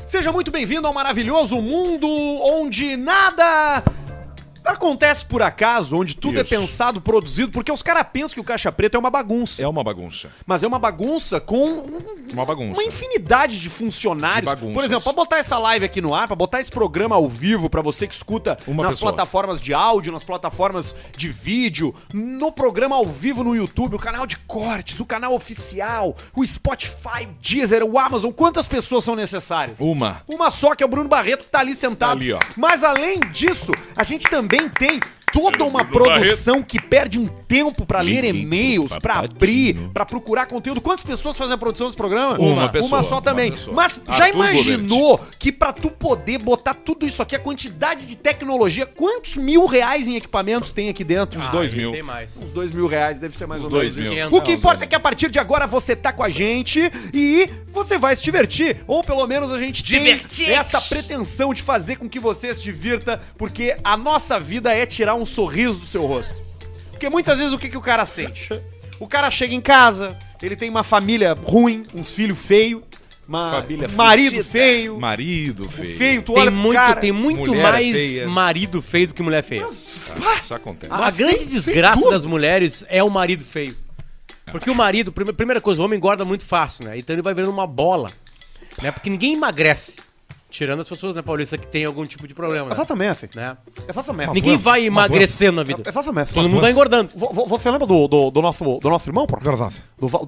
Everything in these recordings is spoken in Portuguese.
Seja muito bem-vindo ao maravilhoso mundo onde nada acontece por acaso, onde tudo é pensado, produzido, porque os caras pensam que o Caixa Preta é uma bagunça. É uma bagunça. Mas é uma bagunça com uma infinidade de funcionários. Por exemplo, pra botar essa live aqui no ar, pra botar esse programa ao vivo pra você que escuta nas plataformas de áudio, nas plataformas de vídeo, no programa ao vivo no YouTube, o canal de cortes, o canal oficial, o Spotify, o Deezer, o Amazon, quantas pessoas são necessárias? Uma Só, que é o Bruno Barreto, que tá ali sentado. Ali, ó. Mas além disso, a gente também tem toda uma produção que perde um tempo pra ler e-mails, pra abrir, pra procurar conteúdo. Quantas pessoas fazem a produção desse programa? Uma pessoa. Uma só também. Pessoa. Mas já imaginou que pra tu poder botar tudo isso aqui, a quantidade de tecnologia, quantos R$1.000 em equipamentos tem aqui dentro? Uns 2 mil. Tem mais. Uns R$2.000, deve ser mais ou menos. 2 mil. O que importa é que a partir de agora você tá com a gente e você vai se divertir. Ou pelo menos a gente tem essa pretensão de fazer com que você se divirta, porque a nossa vida é tirar um sorriso do seu rosto. Porque muitas vezes o que o cara sente? O cara chega em casa, ele tem uma família ruim, uns filhos feios, marido feio. Marido feio. Feio, tu olha pro cara. Tem muito mulher mais feia. marido feio do que mulher feia. Isso acontece. A grande desgraça das mulheres é o marido feio. Porque o marido, primeira coisa, o homem engorda muito fácil, né? Então ele vai virando uma bola, né? Porque ninguém emagrece. Tirando as pessoas, né, Paulista, que tem algum tipo de problema, né? Exatamente. Né? Exatamente. Ninguém vai emagrecendo na vida. Exatamente. Todo mundo vai engordando. Você lembra do nosso irmão, pô? Verdade.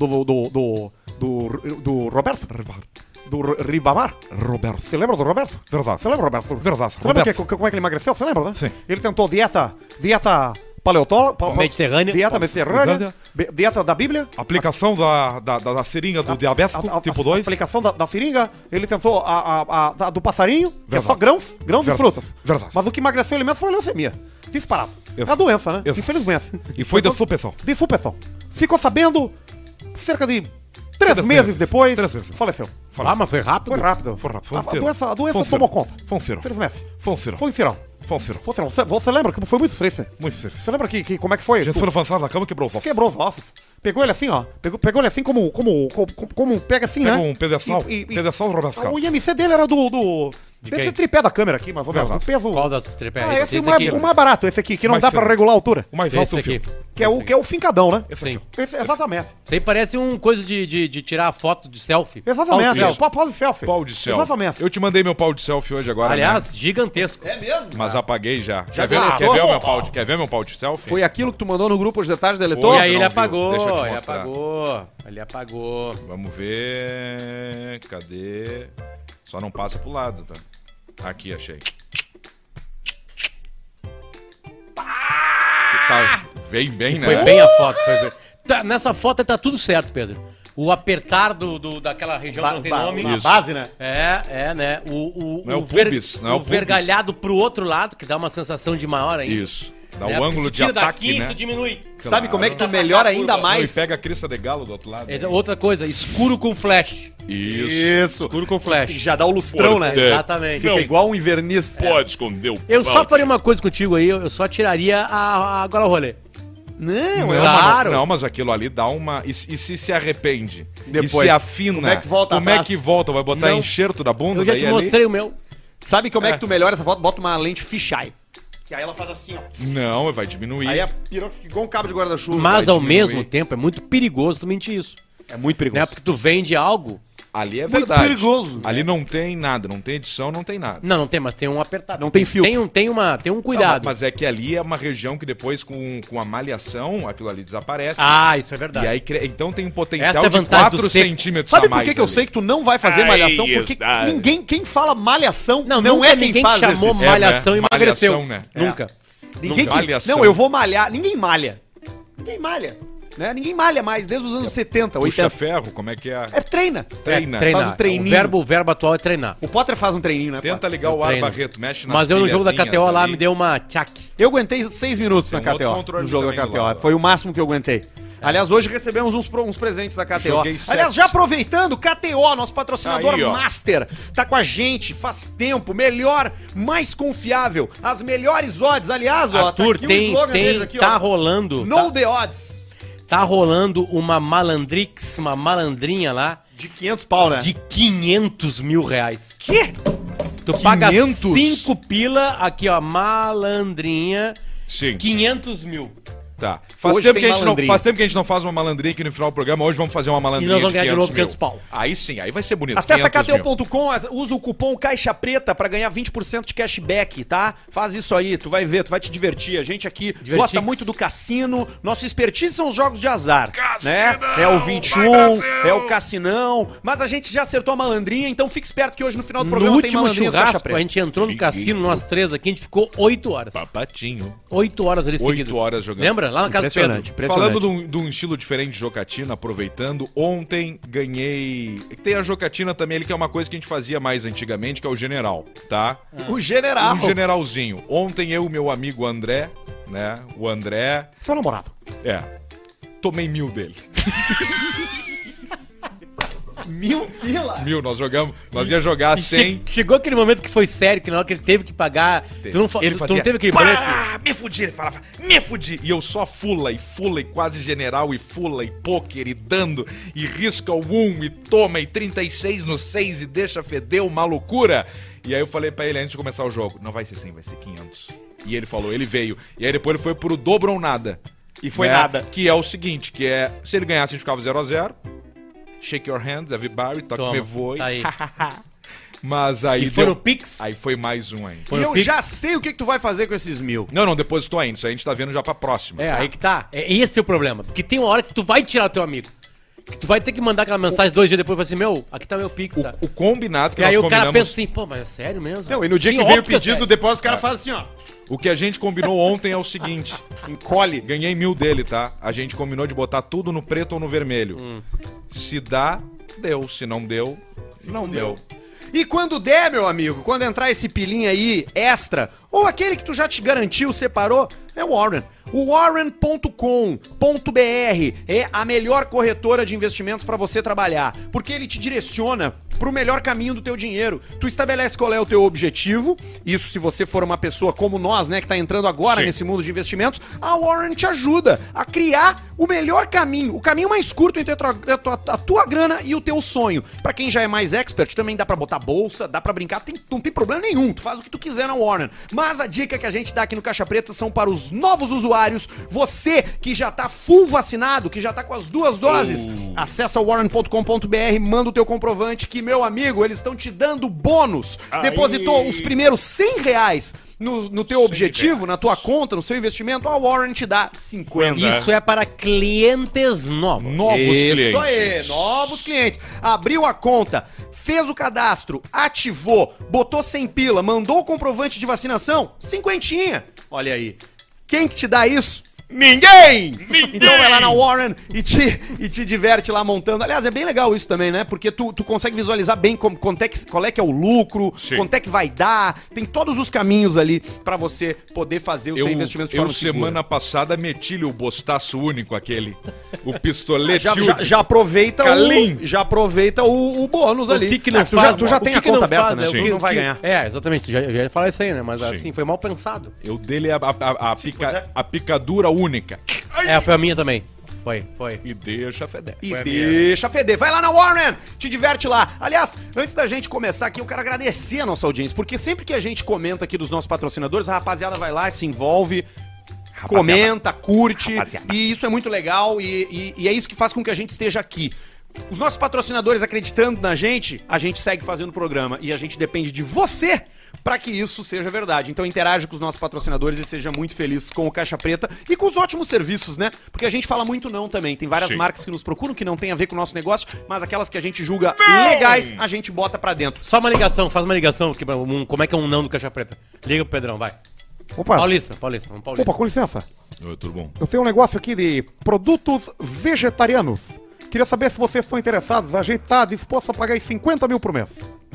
Do Roberto? Do Ribamar? Roberto. Você lembra do Roberto? Verdade. Você lembra, Roberto? Verdade. Você lembra Roberto. como é que ele emagreceu? Você lembra, né? Sim. Ele tentou dieta Mediterrânea. Dieta mediterrânea. Dieta da Bíblia. Aplicação da seringa do diabético, tipo 2. Aplicação da seringa. Ele tentou a do passarinho, que é só grãos e Verdade. frutas. Verdade. Mas o que emagreceu ele mesmo foi a leucemia. Disparado. É a doença, né? Infelizmente. E foi de superação. De superação. Ficou sabendo cerca de 3 meses depois. 3 meses. Faleceu. Ah, mas foi rápido? Foi rápido. Foi rápido. A doença tomou conta. Fonseiro. Infelizmente. Fonseiro. Foi um cirão. Fonseiro. Você lembra que foi muito estranho? Muito sério. Você lembra que como é que foi? A gente foi avançado na cama e quebrou os ossos. Quebrou os ossos. Pegou ele assim, ó. Pegou ele assim como pega assim, Pegou né? um pedaçal. Pedaçal Roberto. O IMC dele era desse tripé da câmera aqui, mais ou menos. O peso. Qual das tripés? Esse o mais barato, esse aqui, que não Mais dá pra sério. regular a altura. O mais Esse alto do aqui. filme. Que é o fincadão, né? Sim. Exatamente. Isso aí parece um coisa de tirar foto de selfie. Exatamente. Pau de Pau de selfie. Pau de selfie. Exatamente. Eu te mandei meu pau de selfie hoje agora. Aliás, gigantesco. É mesmo? Mas apaguei já. Já Quer ver deletou? o meu pau Quer ver meu pau de selfie? Foi aquilo que tu mandou no grupo, os detalhes deletou? E aí ele não viu. apagou, Deixa eu te ele mostrar. apagou. Ele apagou. Vamos ver. Cadê? Só não passa pro lado, tá? Aqui, achei. Tá, vem bem, né? Foi bem a foto. Nessa foto tá tudo certo, Pedro. O apertar daquela região que não tem nome. Na base, né? Né? Não é o pubis, não é o pubis. vergalhado pro outro lado, que dá uma sensação de maior ainda. Isso. Dá Né? o Porque ângulo se de tira ataque, daqui, né? tu diminui. Sabe como é que tu Dá pra melhora marcar a ainda curva. Não, e mais? pega a crista de galo do outro lado. Outra coisa, escuro com flash. Isso. Escuro com flash. Já dá o lustrão, né? Exatamente. Fica igual um verniz. Pode esconder o Eu só faria uma coisa contigo aí, eu só tiraria agora o rolê. Não, Claro. Não, mas aquilo ali dá uma... E se arrepende? Depois, E se afina? como é que volta Como é atrás? que volta? Vai botar Não. enxerto da bunda? Eu já daí te ali? mostrei o meu. Sabe como é que tu melhora essa foto? Bota uma lente fisheye. Que aí ela faz assim, ó. Não, vai diminuir. Aí a piroca fica igual um cabo de guarda-chuva. Mas Vai ao diminuir. mesmo tempo é muito perigoso tu mentir isso. É muito perigoso. Né? Porque tu vende algo. Ali é Muito verdade. perigoso. Ali não tem nada, não tem edição, não tem nada. Não tem, mas tem um apertado. Não tem filtro. Tem um cuidado. Mas é que ali é uma região que depois com a malhação, aquilo ali desaparece. Isso é verdade. E aí, então tem um Essa potencial é a de vantagem 4 do seco. centímetros Sabe a por mais que eu ali. sei que tu não vai fazer malhação? Porque quem fala malhação não é quem ninguém faz que chamou exercício. malhação e emagreceu. Malhação, né? Nunca. Ninguém Nunca. Malhação. Não, eu vou malhar. Ninguém malha. Ninguém malha. Né? Ninguém malha mais, desde os anos 70, Puxa 80. ferro, como é que é? Treina. Treina. Treinar. Faz um treininho. O verbo atual é treinar. O Potter faz um treininho, né? Tenta Potter? ligar o ar, treino. Barreto, mexe nas Mas eu no jogo da pilhazinhas KTO lá ali. me deu uma tchac. Eu aguentei 6 minutos na Tem um outro KTO. controle No jogo da também do KTO. lado. Foi o máximo que eu aguentei. Aliás, hoje recebemos uns presentes da KTO. Joguei Aliás, 7. já aproveitando, KTO, nosso patrocinador Aí, ó. master, tá com a gente faz tempo, melhor, mais confiável, as melhores odds. Aliás, ó, Arthur, tá aqui o slogan deles aqui, tá ó. rolando. Know the odds. Tá rolando uma malandrix, uma malandrinha lá. De 500 pau, né? De 500 mil reais. quê? Tu paga 500? 5 pila, aqui ó, malandrinha, Sim. 500 mil. Tá. Faz Hoje tempo, tem que a gente não, malandrinha. faz tempo que a gente não faz uma malandrinha aqui no final do programa. Hoje vamos fazer uma malandrinha E nós vamos ganhar de novo 500 500 pau. Aí sim, aí vai ser bonito. Acessa 500 mil. KTO.com, usa o cupom Caixa Preta pra ganhar 20% de cashback, tá? Faz isso aí, tu vai ver, tu vai te divertir. A gente aqui gosta muito do cassino. Nosso expertise são os jogos de azar, né? É o 21, é o cassinão. Mas a gente já acertou a malandrinha, então fique esperto que hoje no final do No programa tem último malandrinha do Caixa churrasco, Preta. a gente entrou no cassino, nós três aqui, a gente ficou 8 horas. Papatinho. 8 horas ali 8 seguidas. horas jogando. Lembra? Lá na casa do Impressionante, Pedro. impressionante. Falando de um estilo diferente de jocatina, aproveitando, ontem ganhei... Tem a jocatina também, ele que é uma coisa que a gente fazia mais antigamente, que é o general, tá? O general. Um generalzinho. Ontem eu e meu amigo André, né? O André... Seu namorado. Tomei 1000 dele. 1000 pila? 1000, nós ia jogar E 100... chegou aquele momento que foi sério, que na hora que ele teve que pagar. Tu não, Ele tu fazia, não teve aquele boleto? "Pá, me fudi", ele falava, me fudi. E eu só fula e quase general e fula e pôquer e dando e risca o 1 e toma e 36 no 6 e deixa feder uma loucura. E aí eu falei pra ele antes de começar o jogo, não vai ser 100, vai ser 500. E ele falou, ele veio. E aí depois ele foi pro dobro ou nada. E foi né? nada. Que é o seguinte, que é, se ele ganhasse a gente ficava 0-0. Shake your hands, everybody, toque Toma, me voe. tá aí. Mas aí E foi no Pix? Aí foi mais um ainda. Foi E no eu Pix? já sei o que tu vai fazer com esses 1000. Não, depositou ainda. Isso aí a gente tá vendo já pra próxima. É, aí que tá. Esse é o problema. Porque tem uma hora que tu vai tirar o teu amigo. Que tu vai ter que mandar aquela mensagem 2 dias depois e falar assim, meu, aqui tá meu Pix, tá? O combinado que E aí nós o cara combinamos... pensa assim, pô, mas é sério mesmo? Não, e no dia Sim, que veio o óbvio que é pedido do sério. depósito, o cara faz assim, ó. O que a gente combinou ontem é o seguinte. Encolhe. Ganhei 1000 dele, tá? A gente combinou de botar tudo no preto ou no vermelho. Se dá, deu. Se não deu, não deu. E quando der, meu amigo, quando entrar esse pilinha aí extra, ou aquele que tu já te garantiu, separou, é o Warren. O Warren.com.br é a melhor corretora de investimentos para você trabalhar, porque ele te direciona pro melhor caminho do teu dinheiro. Tu estabelece qual é o teu objetivo, isso se você for uma pessoa como nós, né, que tá entrando agora Sim. nesse mundo de investimentos, a Warren te ajuda a criar o melhor caminho, o caminho mais curto entre a tua grana e o teu sonho. Pra quem já é mais expert, também dá pra botar bolsa, dá pra brincar, não tem problema nenhum, tu faz o que tu quiser na Warren. Mas a dica que a gente dá aqui no Caixa Preta são para os novos usuários, você que já tá full vacinado, que já tá com as 2 doses, acessa warren.com.br, manda o teu comprovante que, meu amigo, eles estão te dando bônus. Depositou os primeiros R$100 no teu objetivo, na tua conta, no seu investimento, a Warren te dá 50. Isso é para clientes novos. Novos clientes. Isso aí, novos clientes. Abriu a conta, fez o cadastro, ativou, botou 100 pila, mandou o comprovante de vacinação, 50. Olha aí. Quem que te dá isso? Ninguém! Então vai lá na Warren e te diverte lá montando. Aliás, é bem legal isso também, né? Porque tu consegue visualizar bem qual é que é o lucro, Sim. quanto é que vai dar. Tem todos os caminhos ali pra você poder fazer o seu investimento de forma segura. semana passada meti-lhe o bostaço único aquele. O pistolete Já aproveita Calim. já aproveita o bônus ali. O que não tu faz? tu já o tem que a que não conta aberta, faz, né? O Tu que não vai que- ganhar. É, exatamente. Tu já ia falar isso aí, né? Mas Sim. assim, foi mal pensado. Eu dele a picadura única. É, foi a minha também. Foi. E deixa feder. E Foi a deixa feder. Vai lá na Warren, te diverte lá. Aliás, antes da gente começar aqui, eu quero agradecer a nossa audiência, porque sempre que a gente comenta aqui dos nossos patrocinadores, a rapaziada vai lá, se envolve, comenta, curte, e isso é muito legal, e é isso que faz com que a gente esteja aqui. Os nossos patrocinadores acreditando na gente, a gente segue fazendo o programa, e a gente depende de você pra que isso seja verdade. Então interage com os nossos patrocinadores e seja muito feliz com o Caixa Preta e com os ótimos serviços, né? Porque a gente fala muito não também. Tem várias Sim. marcas que nos procuram que não tem a ver com o nosso negócio, mas aquelas que a gente julga legais, a gente bota pra dentro. Só uma ligação, faz uma ligação. Como é que é um não do Caixa Preta? Liga pro Pedrão, vai. Opa, Paulista, vamos Paulista. com licença. Oi, tudo bom? Eu tenho um negócio aqui de produtos vegetarianos. Queria saber se vocês são interessados. A gente tá disposto a pagar 50 mil por mês.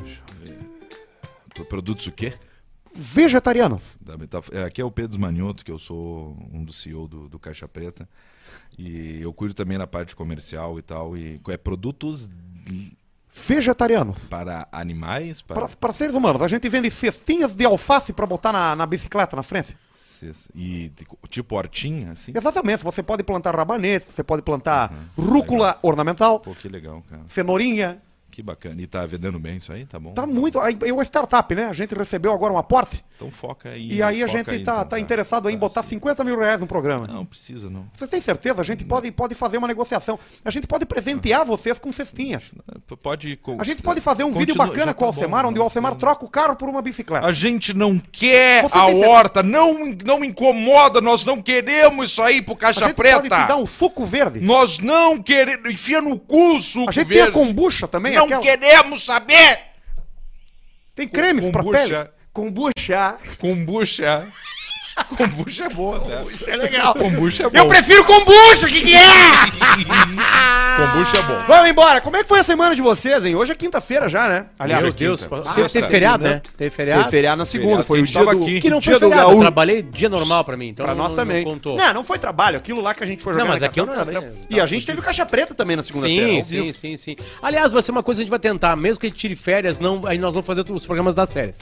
Produtos o quê? Vegetarianos. Aqui é o Pedro Manioto, que eu sou um dos CEO do Caixa Preta. E eu cuido também na parte comercial e tal. E é produtos Vegetarianos. para animais? Para seres humanos. A gente vende cestinhas de alface pra botar na bicicleta na frente. vocês. E tipo hortinha, assim? Exatamente, você pode plantar rabanete, você pode plantar rúcula ornamental, Pô, que legal, cara. cenourinha. Que bacana. E tá vendendo bem isso aí? Tá bom? Tá muito. É uma startup, né? A gente recebeu agora um aporte. Então foca aí. E aí a foca gente aí, tá então, interessado em botar sim. 50 mil reais no programa. Não precisa, não. Vocês têm certeza? A gente pode fazer uma negociação. A gente pode presentear vocês com cestinhas. Pode... A gente pode fazer um vídeo bacana com o Alcemar, onde o Alcemar troca o carro por uma bicicleta. A gente não quer Você a tem horta, não incomoda, nós não queremos isso aí pro A Caixa gente pode te dar Preta. um suco verde. Nós não queremos, enfia no cu o suco A gente verde. tem a kombucha também. Não aquela- queremos saber. Tem cremes pra Kombucha. pele. Kombucha. Kombucha. Kombucha é boa, né? Kombucha é legal. Kombucha é bom. Eu prefiro kombucha, o que é? Kombucha é bom. Vamos embora. Como é que foi a semana de vocês, hein? Hoje é quinta-feira já, né? Aliás, Meu Deus, quinta. teve feriado, né? Teve feriado. Teve feriado na segunda, Feriado, foi o quem dia tava do... aqui. Que não dia foi do feriado, eu gaúcho. trabalhei dia normal pra mim, então Pra nós também. Não contou. Não foi trabalho. Aquilo lá que a gente foi jogar Não, mas na aqui eu cartão, trabalhei. não era trampo. E a gente teve caixa preta também na segunda-feira. Sim, ao sim, vivo. sim, sim. Aliás, vai ser uma coisa que a gente vai tentar, mesmo que a gente tire férias, não, aí nós vamos fazer os programas das férias.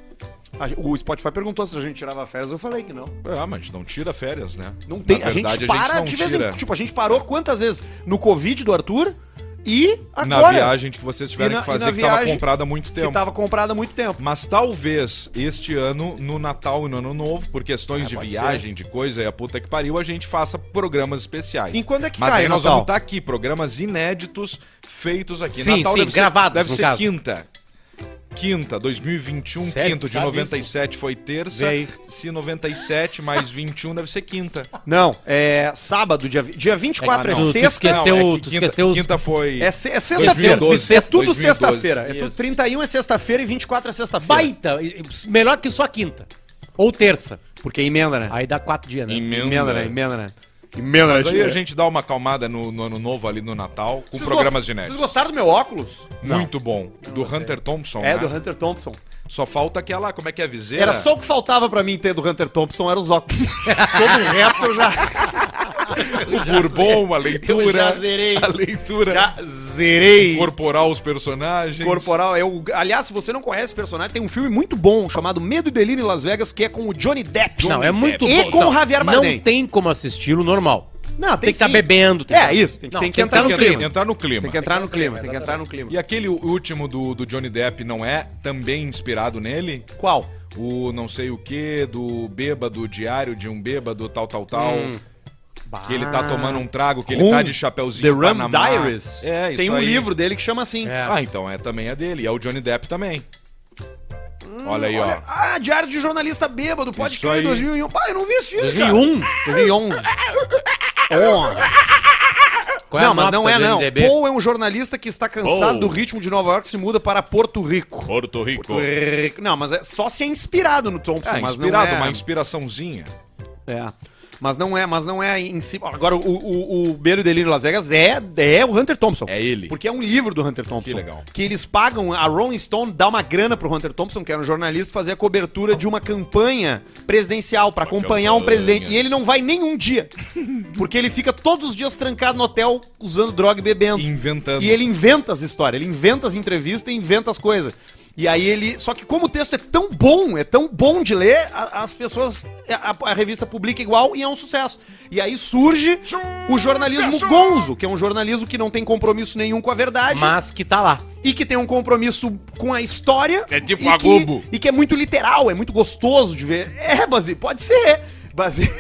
O Spotify perguntou se a gente tirava férias, eu falei que não. Ah, mas não tira férias, né? Não tem. Na A gente verdade, para não de vez em tira. quando. Tipo, a gente parou quantas vezes no Covid do Arthur e Na agora. viagem que vocês tiveram E na- que fazer, e na que tava viagem comprada há muito que tempo. tava comprada há muito tempo. Mas talvez este ano, no Natal e no Ano Novo, por questões de pode viagem, de coisa e a puta que pariu, a gente faça programas especiais. E quando é que Mas cai aí o nós Natal? vamos estar aqui, programas inéditos feitos aqui. Sim, sim, deve gravados, deve no ser caso. quinta. Quinta, 2021, Sério? quinto, de Sabe 97 foi terça. Vê aí. Se 97 mais 21 deve ser quinta. Não, é sábado, dia 24 é, Ah, não. Tu sexta. esqueceu. Não, é que tu quinta, esqueceu os- quinta foi... É sexta-feira. 2012. É tudo 2012. sexta-feira. É tudo Isso. 31 é sexta-feira e 24 é sexta-feira. Baita! Melhor que só quinta. Ou terça. Porque emenda, né? Aí dá 4 dias, né? Emenda, né? Emenda, Mas aí tia. a gente dá uma acalmada no Ano Novo ali no Natal, com Vocês programas gost- de neve. Vocês gostaram do meu óculos? Muito bom. Do Hunter Thompson, É, né? do Hunter Thompson. Só falta aquela, como é que é a viseira? Era só o que faltava pra mim ter do Hunter Thompson, era os óculos. Todo o resto eu já... o bourbon, a leitura. Eu já zerei. A leitura. Já zerei. Incorporar os personagens. Corporal. Aliás, se você não conhece o personagem, tem um filme muito bom chamado Medo e Delírio em Las Vegas, que é com o Johnny Depp. Não, é muito E bom. com o Não, Javier Bardem. Não tem como assistir o normal. Não, Tem que estar sim. bebendo. Isso, Não, tem que entrar no Tem clima. que entrar no clima. Tem que entrar no clima, tem que entrar no clima. E aquele último do Johnny Depp não é também inspirado nele? Qual? O não sei o que, do bêbado, diário de um bêbado, tal. Que ele tá tomando um trago, que ele Rum. tá de chapeuzinho The Rum Panamá. Diaries. É, isso Tem um aí. livro dele que chama assim. É. Ah, então também é dele. E é o Johnny Depp também. Olha aí, ó. Ah, Diário de Jornalista Bêbado, pode Isso crer, aí. 2001. Ah, eu não vi esse filme, 2001? 2011. Qual é a Não, mas nota não é do não. MDB? Paul é um jornalista que está cansado Paul. do ritmo de Nova York e se muda para Porto Rico. Porto Rico. Não, mas é só se é inspirado no Thompson, É, mas inspirado, não é... uma inspiraçãozinha. É. Mas não é em si. Agora, o Beiro e Delírio em Las Vegas é o Hunter Thompson. É ele. Porque é um livro do Hunter Thompson. Que legal. Que eles pagam, a Rolling Stone dá uma grana pro Hunter Thompson, que era um jornalista, fazer a cobertura de uma campanha presidencial pra acompanhar um campanha. presidente. E ele não vai nenhum dia. Porque ele fica todos os dias trancado no hotel usando droga e bebendo. Inventando. E ele inventa as histórias, ele inventa as entrevistas e inventa as coisas. E aí ele. Só que como o texto é tão bom de ler, as pessoas. A revista publica igual e é um sucesso. E aí surge o jornalismo gonzo, que é um jornalismo que não tem compromisso nenhum com a verdade. Mas que tá lá. E que tem um compromisso com a história. É tipo e a que- Globo. E que é muito literal, é muito gostoso de ver. É, Basílio, pode ser. Basílio.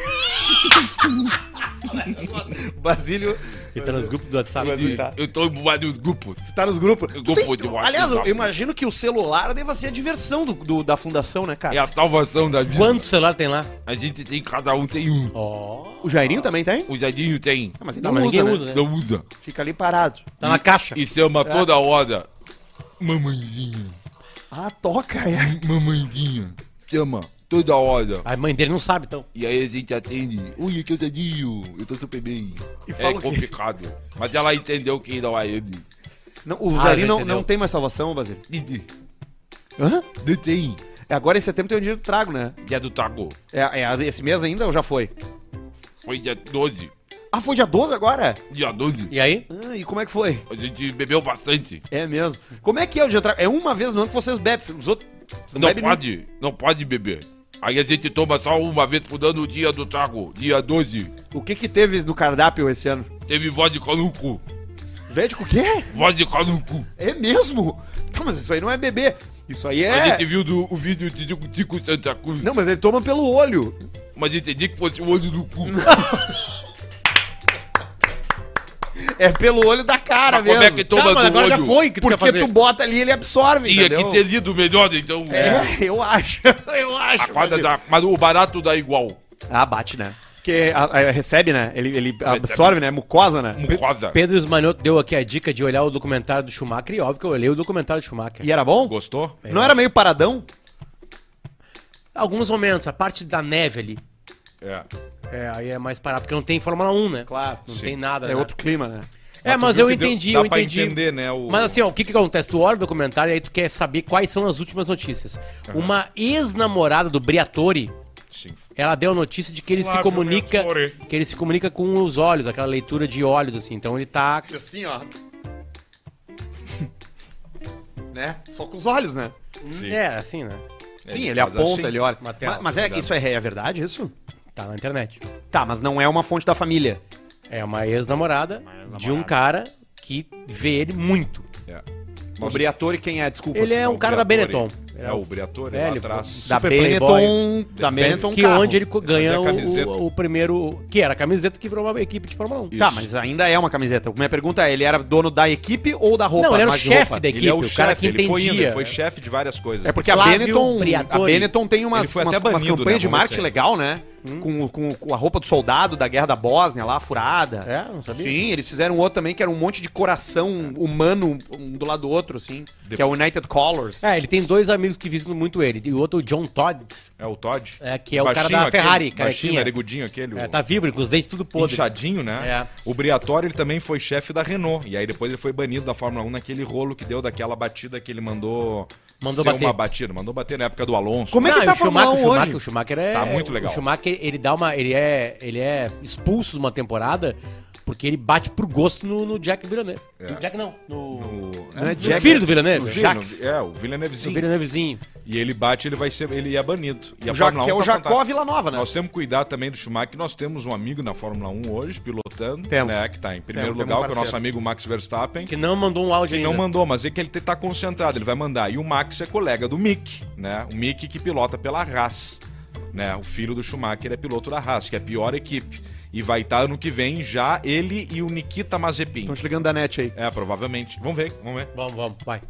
Basílio. E tá nos grupos do WhatsApp. Basílio tá. Eu tô em vários grupos. Tá nos grupos. Eu Tu grupo de WhatsApp. aliás, eu imagino que o celular deva ser a diversão da fundação, né, cara? É a salvação da vida. Quanto celular tem lá? A gente tem, cada um tem um. Ó. O Jairinho também tem? O Jadinho tem. Ah, mas ele Não, não, mas usa, ninguém né? usa, né? Não usa. Fica ali parado. Tá na caixa. E chama toda hora. Mamãezinha. Ah, toca, é. Mamãezinha. Chama toda hora. A mãe dele não sabe, então. E aí a gente atende. Oi, aqui é o Jadinho. Eu tô super bem. E fala É o quê? complicado. Mas ela entendeu que não é ele. Não, o Ah, Jairinho já não, entendeu. não tem mais salvação, Basílio. Didi. Hã? Não tem. É, agora em setembro tem o dia do trago, né? Dia do taco. Esse mês ainda ou já foi? Foi dia 12. Ah, foi dia 12 agora? Dia 12. E aí? Ah, e como é que foi? A gente bebeu bastante. É mesmo. Como é que é o dia do trago? É uma vez no ano que vocês bebem. Os outros. Vocês Não bebem pode. Não pode beber. Aí a gente toma só uma vez por ano o dia do trago, dia 12. O que teve no cardápio esse ano? Teve vodka no cu. Védico o quê? Vodka no cu. É mesmo? Tá, mas isso aí não é bebê. Isso aí A gente é... viu o vídeo de Tico Santa Cruz. Não, mas ele toma pelo olho. Mas entendi que fosse o olho do cu. É pelo olho da cara Mas mesmo. como é que toma Tá, mas do agora olho? já foi que tu quer Porque fazer. tu bota ali e ele absorve, Tinha entendeu? que ter lido melhor, então. Eu acho. Eu acho. Mas o barato dá igual. Ah, bate, né? Porque recebe, né? Ele absorve, né? Mucosa, né? Mucosa. Pedro Esmanioto deu aqui a dica de olhar o documentário do Schumacher e óbvio que eu olhei o documentário do Schumacher. E era bom? Gostou? Não era meio paradão? Alguns momentos, a parte da neve ali. Aí é mais parado, porque não tem Fórmula 1, né? Claro. Não sim. tem nada, É né? outro clima, né? Mas eu entendi, dá eu pra entendi. entender, né? Mas assim, ó, o que acontece? Tu olha o documentário e aí tu quer saber quais são as últimas notícias. Uma ex-namorada do Briatore, Sim. ela deu a notícia de que ele se Flávio comunica, Briatore. que ele se comunica com os olhos, aquela leitura de olhos, assim. Então ele tá... Assim, ó. Né? Só com os olhos, né? Sim. É, assim, né? Sim, ele faz aponta, assim. ele olha. Uma tela, Mas isso é verdade, isso? Tá na internet. Tá, mas não é uma fonte da família. É uma ex-namorada de um cara que vê ele muito. É. O Briatore quem é? Desculpa. Ele é É um o cara da Briatore. Benetton. É o Briatore É, lá ele atrás. Da super Benetton. playboy. Da Benetton Que carro. onde ele ganha Fazia camiseta. o primeiro... Que era a camiseta que virou uma equipe de Fórmula 1. Isso. Tá, mas ainda é uma camiseta. Minha pergunta é, ele era dono da equipe ou da roupa? Não, ele era o mais de chefe roupa? da equipe, Ele é o o cara chefe, que ele foi indo, entendia. ele foi chefe de várias coisas. É porque a Flávio Briatore. Benetton tem umas, Ele foi umas, até umas banido, campanhas né, de vamos marketing dizer. legal, né? Com a roupa do soldado da guerra da Bósnia lá, furada. É, não sabia. Sim, eles fizeram outro também que era um monte de coração humano um do lado do outro, assim. Que é o United Colors. É, ele tem dois amigos que visitam muito ele. E o outro, o John Todd, É o Todd? que é o cara da Baixinho Ferrari, aquele, carequinha. baixinho, narigudinho aquele. É, o- tá vivo, com os dentes tudo podre. Inchadinho, né? É. O Briatore, ele também foi chefe da Renault. E aí depois ele foi banido da Fórmula 1 naquele rolo que deu daquela batida que ele mandou ser bater. uma batida. Mandou bater na época do Alonso. Como é que Não, tá e a Fórmula 1 hoje? O Schumacher é... Tá muito legal. O Schumacher, ele dá uma... Ele é expulso de uma temporada porque ele bate por gosto no Jack Villeneuve. É. No Jack não, no Não é no Jack, filho é- do Villeneuve. o No Jax. É, o Villeneuvezinho. Villeneuvezinho. E ele bate, ele é banido. E a Que Fórmula 1 é o tá Jacó fantástica. Villanova, né? Nós temos que cuidar também do Schumacher. Nós temos um amigo na Fórmula 1 hoje, pilotando, Temos. né? Que tá em primeiro Temos um lugar, que é o parceiro. nosso amigo Max Verstappen. Que não mandou um áudio Ele ainda. não mandou, mas é que ele tá concentrado, ele vai mandar. E o Max é colega do Mick, né? O Mick que pilota pela Haas, né? O filho do Schumacher é piloto da Haas, que é a pior equipe. E vai estar ano que vem já ele e o Nikita Mazepin. Estão te ligando da net aí. É, provavelmente. Vamos ver. Vamos, vai.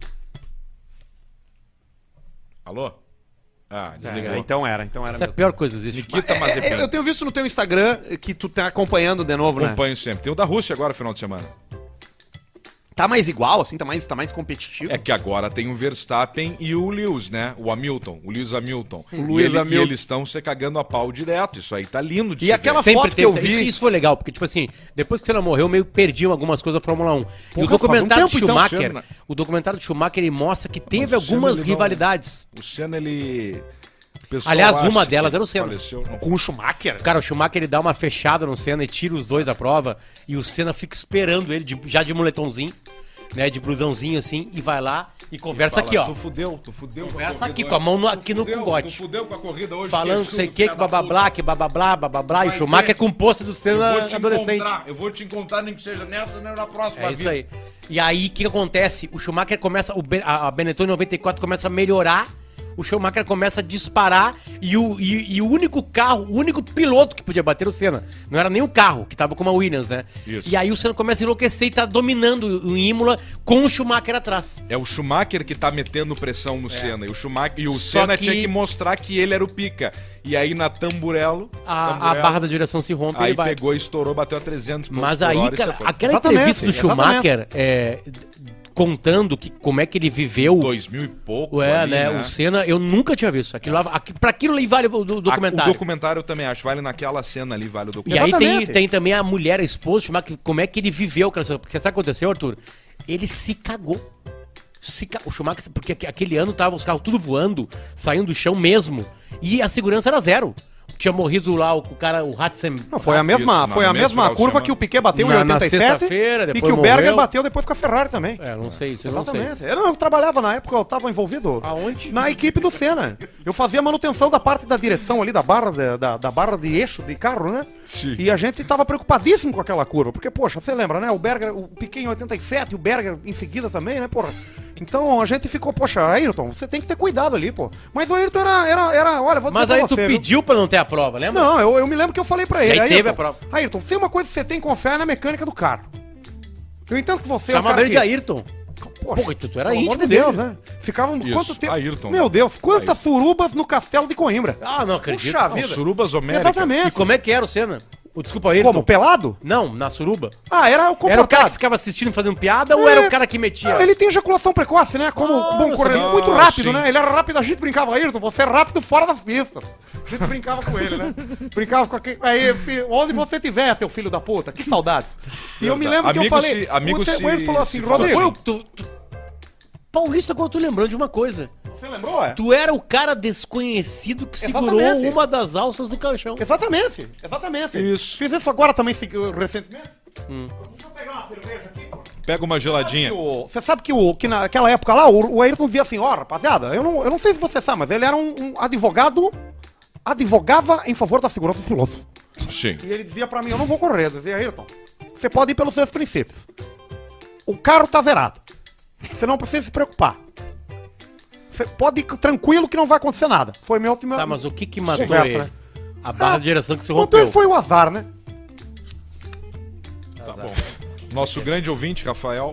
Alô? Ah, desligou. Então era Essa é a mesmo. pior coisa que existe. Nikita Mazepin. Eu tenho visto no teu Instagram que tu tá acompanhando de novo, né? Acompanho sempre. Tem o da Rússia agora, final de semana. Tá mais igual, assim? Tá mais competitivo? É que agora tem o Verstappen e o Lewis, né? O Hamilton, o Lewis Hamilton. Lewis E Hamilton. eles estão se cagando a pau direto. Isso aí tá lindo de E se aquela ver. foto que eu vi- Isso foi legal, porque, tipo assim, depois que você morreu, meio perdiam algumas coisas da Fórmula 1. E o Porra, documentário faz um do tempo, então, Schumacher, Senna. o documentário do Schumacher, ele mostra que teve o Senna, algumas ele não- rivalidades. O Senna, ele... o pessoal Aliás, acha uma que delas ele era o Senna. faleceu, não. Com o Schumacher? Cara, o Schumacher, ele dá uma fechada no Senna e tira os dois da prova, e o Senna fica esperando ele, já de moletomzinho, né, de blusãozinho assim, e vai lá e conversa Fala, aqui, ó. Tu fudeu com Conversa corrida aqui, hoje. com a mão aqui no Tu cangote. fudeu com a corrida hoje. Falando que sei chulo, que, filha da babablá, que babablá, babablá, e o Vai Schumacher ver. com o posto do Eu Senna vou te adolescente. encontrar, eu vou te encontrar nem que seja nessa nem na próxima É isso aí. E aí, o que acontece? O Schumacher começa, a Benetton em 94 começa a melhorar, o Schumacher começa a disparar e o único carro, o único piloto que podia bater o Senna, não era nem o carro, que tava com uma Williams, né? Isso. E aí o Senna começa a enlouquecer e tá dominando o Imola com o Schumacher atrás. É o Schumacher que tá metendo pressão no Senna. E o Schumacher e o Só Senna que- tinha que mostrar que ele era o pica. E aí na Tamburello, A barra da direção se rompe e aí ele vai. pegou e estourou, bateu a 300 pontos Mas por aí, hora e cara, você foi. aquela Exatamente, entrevista do Schumacher contando como é que ele viveu 2000 e pouco É, ali, né? O Senna, eu nunca tinha visto. Pra aquilo ali vale o documentário. O documentário eu também acho, vale naquela cena ali, vale o E documentário. aí Exatamente. tem também a mulher, a esposa, como é que ele viveu aquela situação. Porque sabe o que aconteceu, Arthur? Ele se cagou. O Schumacher, porque aquele ano tava os carros tudo voando, saindo do chão mesmo. E a segurança era zero. tinha morrido lá o cara, o Hatzen. Não, foi a mesma, Isso, foi a no mesmo mesma final de curva semana. que o Piquet bateu em Na 87 sexta-feira, e depois que o Berger morreu. bateu depois com a Ferrari também. Não sei, isso eu não sei. Exatamente. Eu trabalhava na época, eu tava envolvido Aonde? na equipe do Senna. Eu fazia manutenção da parte da direção ali, da barra da barra de eixo de carro, né? Sim. E a gente tava preocupadíssimo com aquela curva, porque, poxa, você lembra, né? O Berger, o Piquet em 87 e o Berger em seguida também, né, porra? Então a gente ficou, poxa, Ayrton, você tem que ter cuidado ali, pô. Mas o Ayrton era olha, vou dizer Mas pra aí tu você, viu? pediu pra não ter a prova, lembra? Não, eu me lembro que eu falei pra ele. E aí Ayrton, teve a prova. Ayrton, tem uma coisa que você tem que confiar na mecânica do carro. Eu entendo que você Chamava ele de Ayrton. Poxa, Porra, tu era pelo amor íntimo de Deus, dele. né? Ficavam Isso, quanto tempo? Ayrton. Meu Deus, quantas surubas no castelo de Coimbra. Ah, não acredito. Puxa Não, vida. surubas homéricas. Exatamente. E como é que era o Senna? Desculpa, Ayrton. Como? Pelado? Não, na suruba. Ah, era o Era o cara comportado. que ficava assistindo fazendo piada ou era o cara que metia? Não, ele tem ejaculação precoce, né? Como Ah, bom eu corredor. sabia. Muito rápido, sim. né? Ele era rápido, a gente brincava, Ayrton, você é rápido fora das pistas. A gente brincava com ele, né? Brincava com aquele. Aí, onde você tiver, seu filho da puta, que saudades. E eu me lembro que eu Amigo falei. amigo o Ayrton falou assim, se fala Rodrigo. Foi Paulista, agora eu tô lembrando de uma coisa. Você lembrou, é? Tu era o cara desconhecido que segurou Exatamente. uma das alças do caixão. Exatamente, exatamente. Isso. Fiz isso agora também recentemente. Deixa eu pegar uma cerveja aqui, pô. Pega uma geladinha. Você sabe que naquela época lá, o Ayrton dizia assim, ó, rapaziada, eu não sei se você sabe, mas ele era um advogado, advogava em favor da segurança dos pilotos. Sim. E ele dizia pra mim, eu não vou correr, eu dizia, Ayrton, você pode ir pelos seus princípios. O carro tá zerado. Você não precisa se preocupar. Você pode ir tranquilo que não vai acontecer nada. Foi meu último... Tá, mas o que matou Conversa, ele? né? A barra de direção que se Quanto rompeu. ele foi o azar, né? Tá bom. Nosso grande ouvinte, Rafael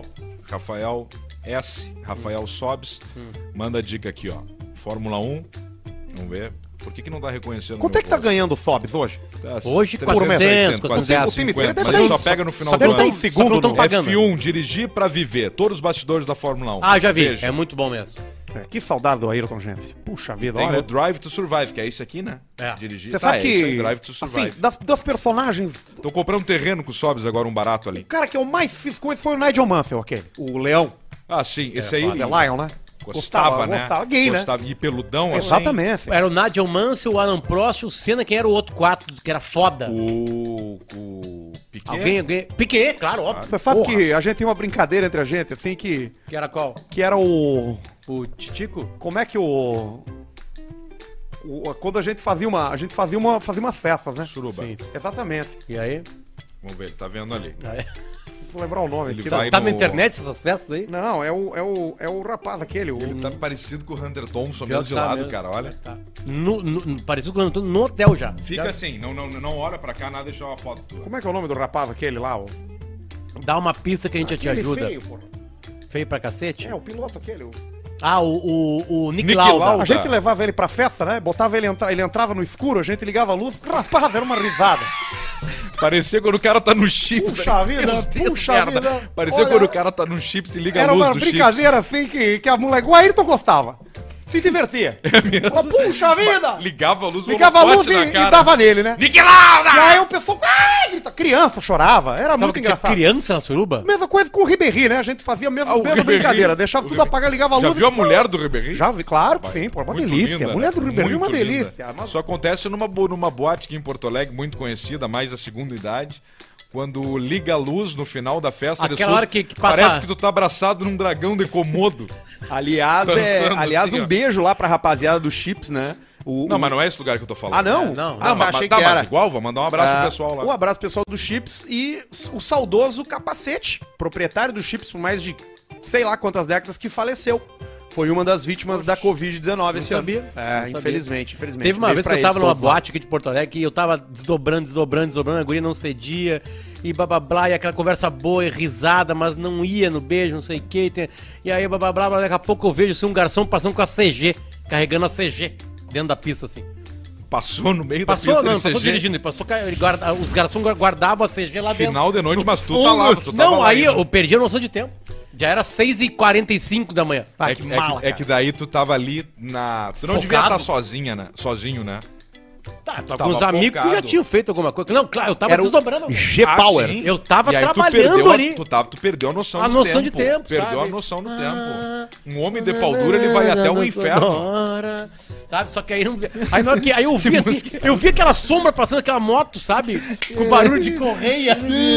Sobes, manda a dica aqui, ó. Fórmula 1, vamos ver. Por que não tá reconhecendo? Quanto é que tá ganhando o Sobs hoje? Hoje, 400, 400, o time dele deve mas estar ele em- só pega no final só do deve estar ano. em segundo Só não tão no- pagando. F1, dirigir pra viver. Todos os bastidores da Fórmula 1. Ah, já vi. Veja. É muito bom mesmo. Que saudade do Ayrton, gente. Puxa vida, Tem olha. o Drive to Survive, que é esse aqui, né? É. Dirigir. Você sabe é que, isso aí, Drive to Survive. assim, das personagens, Tô comprando um terreno com o Sobs agora, um barato ali. o cara que eu mais fiz coisa foi o Nigel Mansell, aquele. O Leão. Ah, sim, esse aí. The Lion, né? Gostava, né? Gostava. Gay, né? Gostava. E peludão, assim. Exatamente. Era o Nigel Mansell, o Alan Prost, o Senna, quem era o outro 4, que era foda. O Piquet. Alguém... Piquet, claro, óbvio. Você sabe Porra. que a gente tem uma brincadeira entre a gente, assim, que Que era qual? era o... O Titico? Como é que quando a gente fazia umas festas, né? Suruba. Sim. Exatamente. E aí? Vamos ver, ele tá vendo ali. Vou lembrar o nome Ele aqui. vai Tá no- na internet essas festas aí? Não, é o rapaz aquele. Ele tá parecido com o Hunter Thompson, Pior mesmo de que tá lado, mesmo. cara, olha. Tá. Parecido com eu tô no hotel já. Fica Já assim, não olha pra cá, nada, deixa uma foto tua. Como é que é o nome do rapaz aquele lá? Dá uma pista que a gente te Aquele ajuda. feio, porra. Feio pra cacete? É, o piloto aquele. Ah, o Nick Nick Lauda. Lauda. A gente levava ele pra festa, né? Botava ele, ele entrava no escuro, a gente ligava a luz, rapaz, era uma risada. Parecia quando o cara tá no chips. Puxa ali. vida, Meu Deus, puxa merda. vida. Parecia Olha, quando o cara tá no chips e liga a Era luz uma do brincadeira assim que a moleque. O Ayrton gostava. Se divertia. Oh, puxa vida! chips. Ligava a luz, Ligava a luz holofote na e cara. dava nele, né? Nick Lauda! E aí o pessoal, grita, criança chorava. Era Sabe muito que tinha engraçado. criança na suruba? Mesma coisa com o Ribéry, né? A gente fazia a mesma, Ah, o mesma Ribéry. brincadeira. Deixava O tudo Ribéry. apagar, ligava a luz. Já viu a mulher do Ribéry? Já vi, claro que sim, pô. Uma Muito delícia. linda, A mulher né? do Ribéry é uma Muito linda. delícia. Mas- Isso acontece numa boate aqui em Porto Alegre, muito conhecida, mais da segunda idade. Quando liga a luz no final da festa, Aquela ressurge, hora que passa- parece que tu tá abraçado num dragão de Komodo. Aliás, Dançando aliás assim, um ó. beijo lá pra rapaziada do Chips, né? Não, mas não é esse lugar que eu tô falando. Ah, não? Não. Ah, mas achei que mas era. igual, vou mandar um abraço pro pessoal lá. Um abraço pessoal do Chips e o saudoso Capacete, proprietário do Chips por mais de sei lá quantas décadas, que faleceu. Foi uma das vítimas da Covid-19 esse ano. sabia, não É, sabia. infelizmente. Teve uma Beijo vez que pra eu tava eles numa todos lá. boate aqui de Porto Alegre e eu tava desdobrando, a guria não cedia, e blá, e aquela conversa boa e risada, mas não ia no beijo, não sei o que. E aí, blá, daqui a pouco eu vejo assim, um garçom passando com a CG, carregando a CG dentro da pista, assim. Passou no meio Passou, da não, pista passou de CG. dirigindo, ele passou, os garçons guardavam a CG lá dentro. Final de noite, mas tu tá lá. Tu tava Não, lá aí ainda. eu perdi a noção de tempo. Já era 6h45 da manhã. Ah, É que que, mala, é que daí tu tava ali na... Tu não devia Focado. estar sozinho, né? Alguns amigos que já tinham feito alguma coisa. Não, claro, eu tava Era o desdobrando. G-Power. sim. Eu tava E aí trabalhando ali. Tu perdeu a noção A noção de tempo, Perdeu sabe? a noção do tempo. Um homem de pau duro, ele vai até o inferno. Sabe? Só que aí não. Aí, na hora que, aí eu vi assim, eu vi aquela sombra passando, aquela moto, sabe? Com barulho de correia.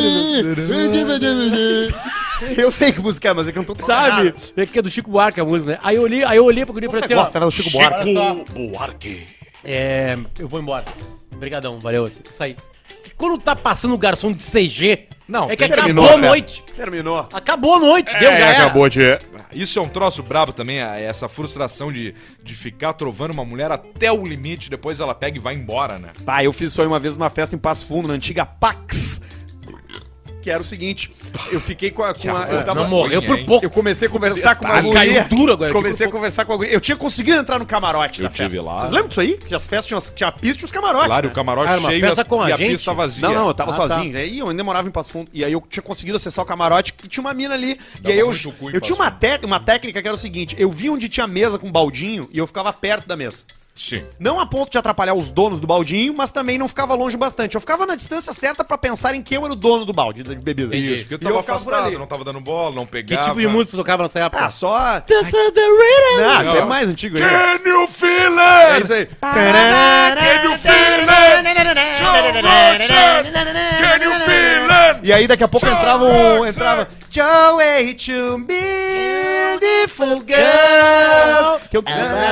Eu sei que música é, mas é que eu não tô Sabe? É que é do Chico Buarque a música, né? Aí eu olhei pra guria e falei assim, ó. Era do Chico Buarque. olha só, Buarque. eu vou embora. Obrigadão, valeu. Isso aí. Quando tá passando o garçom de CG, Não, é que terminou acabou a a festa. noite. Terminou. Acabou a noite, deu, já era. de... Isso é um troço brabo também, essa frustração de ficar trovando uma mulher até o limite, depois ela pega e vai embora, né? Pá, eu fiz isso aí uma vez numa festa em Passo Fundo, na antiga Pax. Que era o seguinte, eu fiquei com a eu tava, Não morreu por hein? pouco. eu comecei a conversar com uma Caiu guria. duro agora. Comecei a conversar com a guria. Eu tinha conseguido entrar no camarote Eu da festa. tive lá. Vocês lembram disso aí? Que as festas tinha a pista e os camarotes. Claro, né? o camarote Era uma cheio festa com a e a gente? pista vazia. Não, eu tava Ah, sozinho. Aí eu ainda morava em Passo Fundo. E aí eu tinha conseguido acessar o camarote que tinha uma mina ali. E aí eu muito cu em tinha Passo uma técnica que era o seguinte: eu vi onde tinha mesa com baldinho e eu ficava perto da mesa. Sim. Não a ponto de atrapalhar os donos do baldinho, mas também não ficava longe bastante. Eu ficava na distância certa pra pensar em quem eu era o dono do balde de bebida. Isso, porque eu E tava ficava por afastado, ali. não tava dando bola, não Que pegava. tipo de música você tocava nessa época? Ah, só. This is the rhythm. Não, isso é Não. mais antigo aí. Can you feel É it? isso aí. Can you feel it? Joe Roger, can you feel it? E aí daqui a pouco entrava Joey to beautiful girls. Que eu...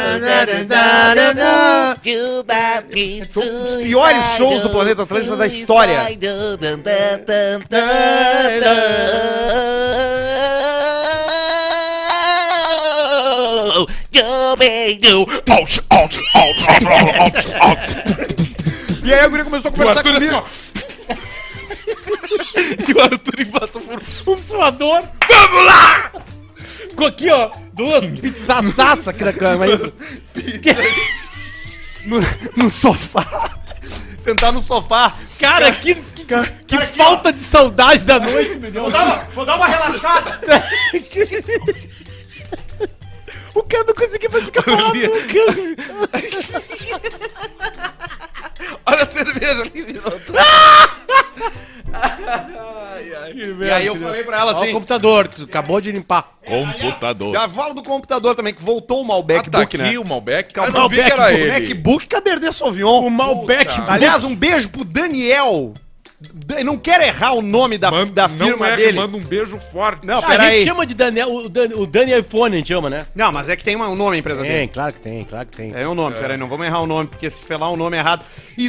Foi um dos piores shows do Planeta Atlântico da história. Out, out, out. E aí a guria começou a O conversar Arthur assim, comigo. ó. E o Arthur passa por Um suador. Vamos lá! Ficou aqui, ó. Duas pizzataças aqui na cama. No sofá. Sentar no sofá. Cara, que falta de saudade da noite, meu Deus. Vou dar uma relaxada. O cara não conseguia mais ficar parado nunca. Olha a cerveja ali, virou. E aí eu falei pra ela Ó, o assim. computador, tu acabou de limpar. Computador. Já falo do computador também, que voltou o Malbec Tá Book, aqui né? o Malbec. Calma, Eu não vi que era o ele. MacBook Cabernet Sauvignon. O Malbec. Aliás, um beijo pro Daniel. Eu não quero errar o nome da firma não dele. Manda um beijo forte. Não, A gente peraí. chama de Daniel, o Dani iPhone, a gente chama, né? Não, mas é que tem um nome a empresa Tem, dele. claro que tem, claro que tem. É o nome, peraí, não vamos errar o nome, porque se falar o nome errado.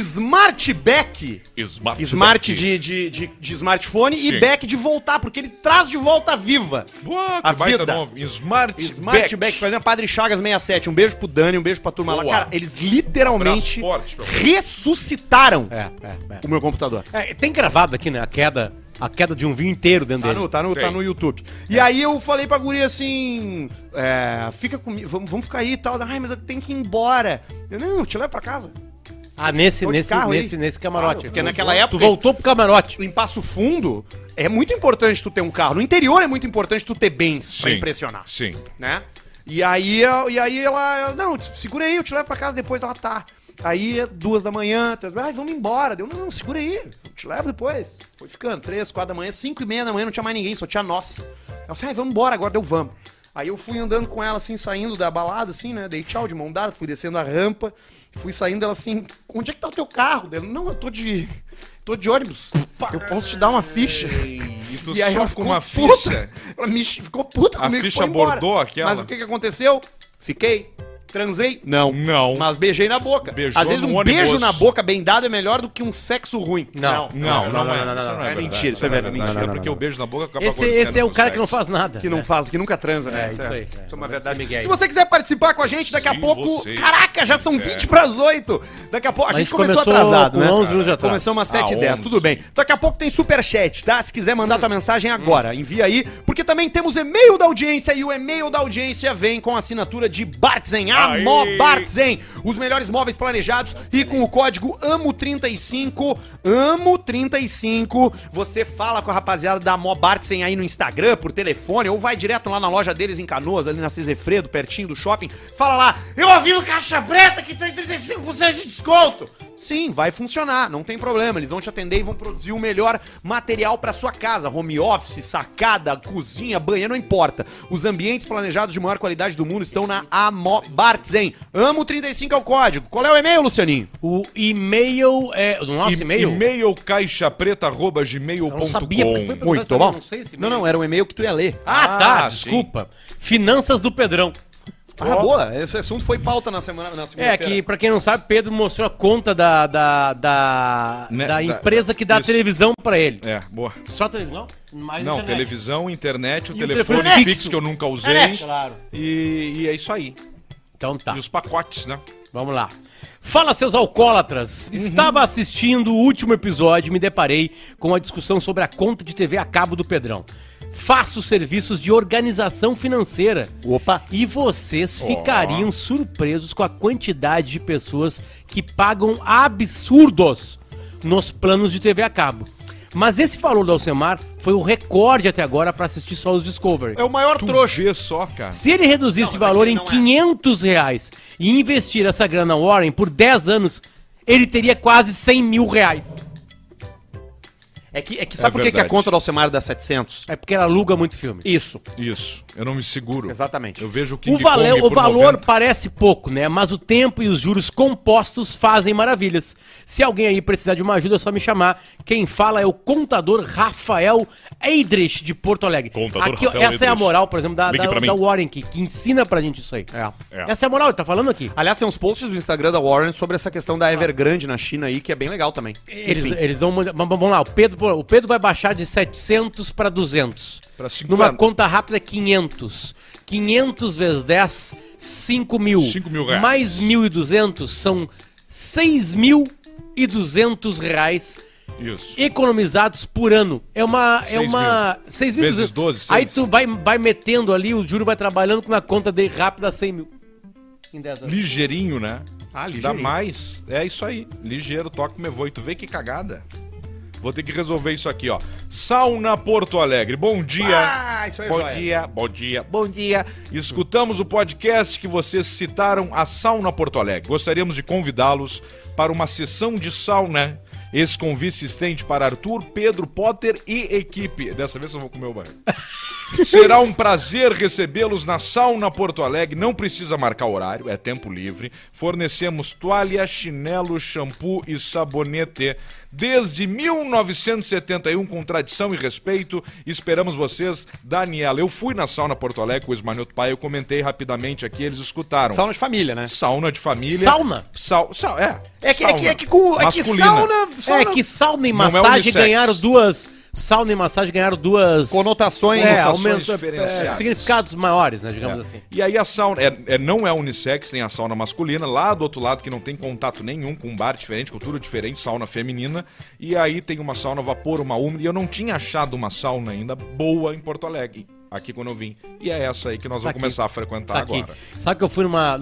Smartback. Smart de smartphone Sim. e back de voltar, porque ele traz de volta a viva. Boa, A que baita vida. nome. Smartback, fazendo Padre Chagas 67. Um beijo pro Dani, um beijo pra turma lá. Boa. Cara, eles literalmente Braço forte, meu. ressuscitaram É. o meu computador. Tem gravado aqui, né? A queda de um vinho inteiro dentro dele. Tá no YouTube. E aí eu falei pra guria assim, fica comigo, vamos ficar aí e tal. Ai, mas eu tenho que ir embora. Eu, não, te levo pra casa. Ah, nesse Tô de carro aí. camarote. Claro, porque naquela época- Tu voltou pro camarote. Em Passo Fundo, é muito importante tu ter um carro. No interior é muito importante tu ter bens pra Sim. impressionar, Sim. né? E aí ela, não, segura aí, eu te levo pra casa depois. Ela tá. Aí, 2 da manhã, ai, vamos embora. Deu, não, segura aí, eu te levo depois. Foi ficando, 3, 4 da manhã, 5:30 da manhã, não tinha mais ninguém, só tinha nós. Ela disse, ai, vamos embora, agora deu, vamos. Aí eu fui andando com ela, assim, saindo da balada, assim, né, dei tchau de mão dada, fui descendo a rampa, fui saindo, ela assim, onde é que tá o teu carro? Dela, não, eu tô de ônibus, eu posso te dar uma ficha. E tu E aí só ela com ficou uma puta. ficha. Ela ficou puta A comigo, ficha foi embora. bordou aquela? Mas o que aconteceu? Fiquei. Transei? Não. Não. Mas beijei na boca. Beijou Às vezes no um ônibus. beijo na boca bem dado é melhor do que um sexo ruim. Não. Não, isso não é verdade. mentira, isso é verdade. Não, Mentira, porque o beijo na boca acaba Esse acontecendo é o no cara que não sexo. faz nada. Que não faz, que nunca transa, né? É, isso aí. Isso é uma Não verdade. deve ser Miguel. Se você quiser participar com a gente, daqui a Se pouco. você Caraca, já são 20 para as 8. Daqui a pouco. A A gente gente começou começou atrasado, com né? 11 minutos atrás. Começou umas 7h10, 11. tudo bem. Daqui a pouco tem superchat, tá? Se quiser mandar tua mensagem agora, envia aí. Porque também temos e-mail da audiência e o e-mail da audiência vem com a assinatura de Bartzen, a Aí. Mó Bartzen. Os melhores móveis planejados e com o código AMO35, AMO35, você fala com a rapaziada da Mó Bartzen aí no Instagram, por telefone, ou vai direto lá na loja deles em Canoas, ali na Cesefredo, pertinho do shopping. Fala lá, eu ouvi no Caixa Preta que tem 35% de desconto. Sim, vai funcionar, não tem problema. Eles vão te atender e vão produzir o melhor material pra sua casa. Home office, sacada, cozinha, banheiro, não importa. Os ambientes planejados de maior qualidade do mundo estão na Amobartzen. Amo 35 é o código. Qual é o e-mail, Lucianinho? O e-mail é... Do nosso e-mail? E-mail caixapreta@gmail.com. Eu não sabia, porque foi pra Muito trás, bom. eu não sei esse e-mail. Não, era um e-mail que tu ia ler. Tá, sim. desculpa. Finanças do Pedrão. Ah, boa. Esse assunto foi pauta na segunda-feira. É que, pra quem não sabe, Pedro mostrou a conta da empresa que dá a isso. televisão pra ele. É, boa. Só televisão? Mais Não, internet. televisão, internet, o E o telefone telefone fixo fixo que eu nunca usei. Internet, claro. E é isso aí. Então tá, E os pacotes, né? vamos lá. Fala, seus alcoólatras. Estava assistindo o último episódio e me deparei com a discussão sobre a conta de TV a cabo do Pedrão. Faço serviços de organização financeira. Opa. E vocês ficariam surpresos com a quantidade de pessoas que pagam absurdos nos planos de TV a cabo. Mas esse valor do Alcemar foi o recorde até agora para assistir só os Discovery. É o maior trouxa. Vê só, cara. Se ele reduzir esse valor em R$500 e investir essa grana Warren por 10 anos, ele teria quase R$100 mil. É que sabe por que a verdade. conta do Alcemar dá 700? É porque ela aluga muito filme. Isso. Isso. Eu não me seguro. Exatamente. Eu vejo o O King Kong por valor 90. parece pouco, né? Mas o tempo e os juros compostos fazem maravilhas. Se alguém aí precisar de uma ajuda, é só me chamar. Quem fala é o contador Rafael Eidrich, de Porto Alegre. Contador Aqui, ó, Rafael essa é a Eidrich. moral, por exemplo, Ligue pra mim. da Warren, que ensina pra gente isso aí. É. Essa é a moral, ele tá falando aqui. Aliás, tem uns posts do Instagram da Warren sobre essa questão da Evergrande na China aí, que é bem legal também. Eles vão... Vamos lá, o Pedro vai baixar de 700 para 200. Pra 50. Numa conta rápida, 500. 500 vezes 10, 5 mil. 5 mil reais. Mais 1.200 são 6.200 reais Isso. economizados por ano. É uma... 6 6.200. Vezes 12, 6. Aí tu vai metendo ali, o juro vai trabalhando na conta dele rápida 100 mil. Em 10 anos. Ligeirinho, né? Ah, Dá mais. É isso aí. Ligeiro, toque me voe. Tu vê que cagada. Vou ter que resolver isso aqui, ó. Sauna Porto Alegre. Bom dia. Ah, isso aí, Bom joia. dia, bom dia, bom dia. Escutamos o podcast que vocês citaram, a Sauna Porto Alegre. Gostaríamos de convidá-los para uma sessão de sauna. Esse convite se estende para Arthur, Pedro, Potter e equipe. Dessa vez eu vou comer o banho. Será um prazer recebê-los na Sauna Porto Alegre. Não precisa marcar horário, é tempo livre. Fornecemos toalha, chinelo, shampoo e sabonete. Desde 1971, com tradição e respeito, esperamos vocês, Daniela. Eu fui na Sauna Porto Alegre com o Esmanioto Pai, eu comentei rapidamente aqui, eles escutaram. Sauna de família, né? Sauna de família. Sauna? É que Masculina. É que sauna e Não é massagem unissex. ganharam duas... Sauna e massagem ganharam duas... Conotações. aumento, diferenciadas. significados maiores, né, digamos assim. E aí a sauna não é unissex, tem a sauna masculina, lá do outro lado que não tem contato nenhum, com um bar diferente, cultura diferente, sauna feminina. E aí tem uma sauna a vapor, uma úmida, e eu não tinha achado uma sauna ainda boa em Porto Alegre, aqui quando eu vim. E é essa aí que nós vamos aqui. começar a frequentar Tá aqui. agora. Sabe que eu fui lá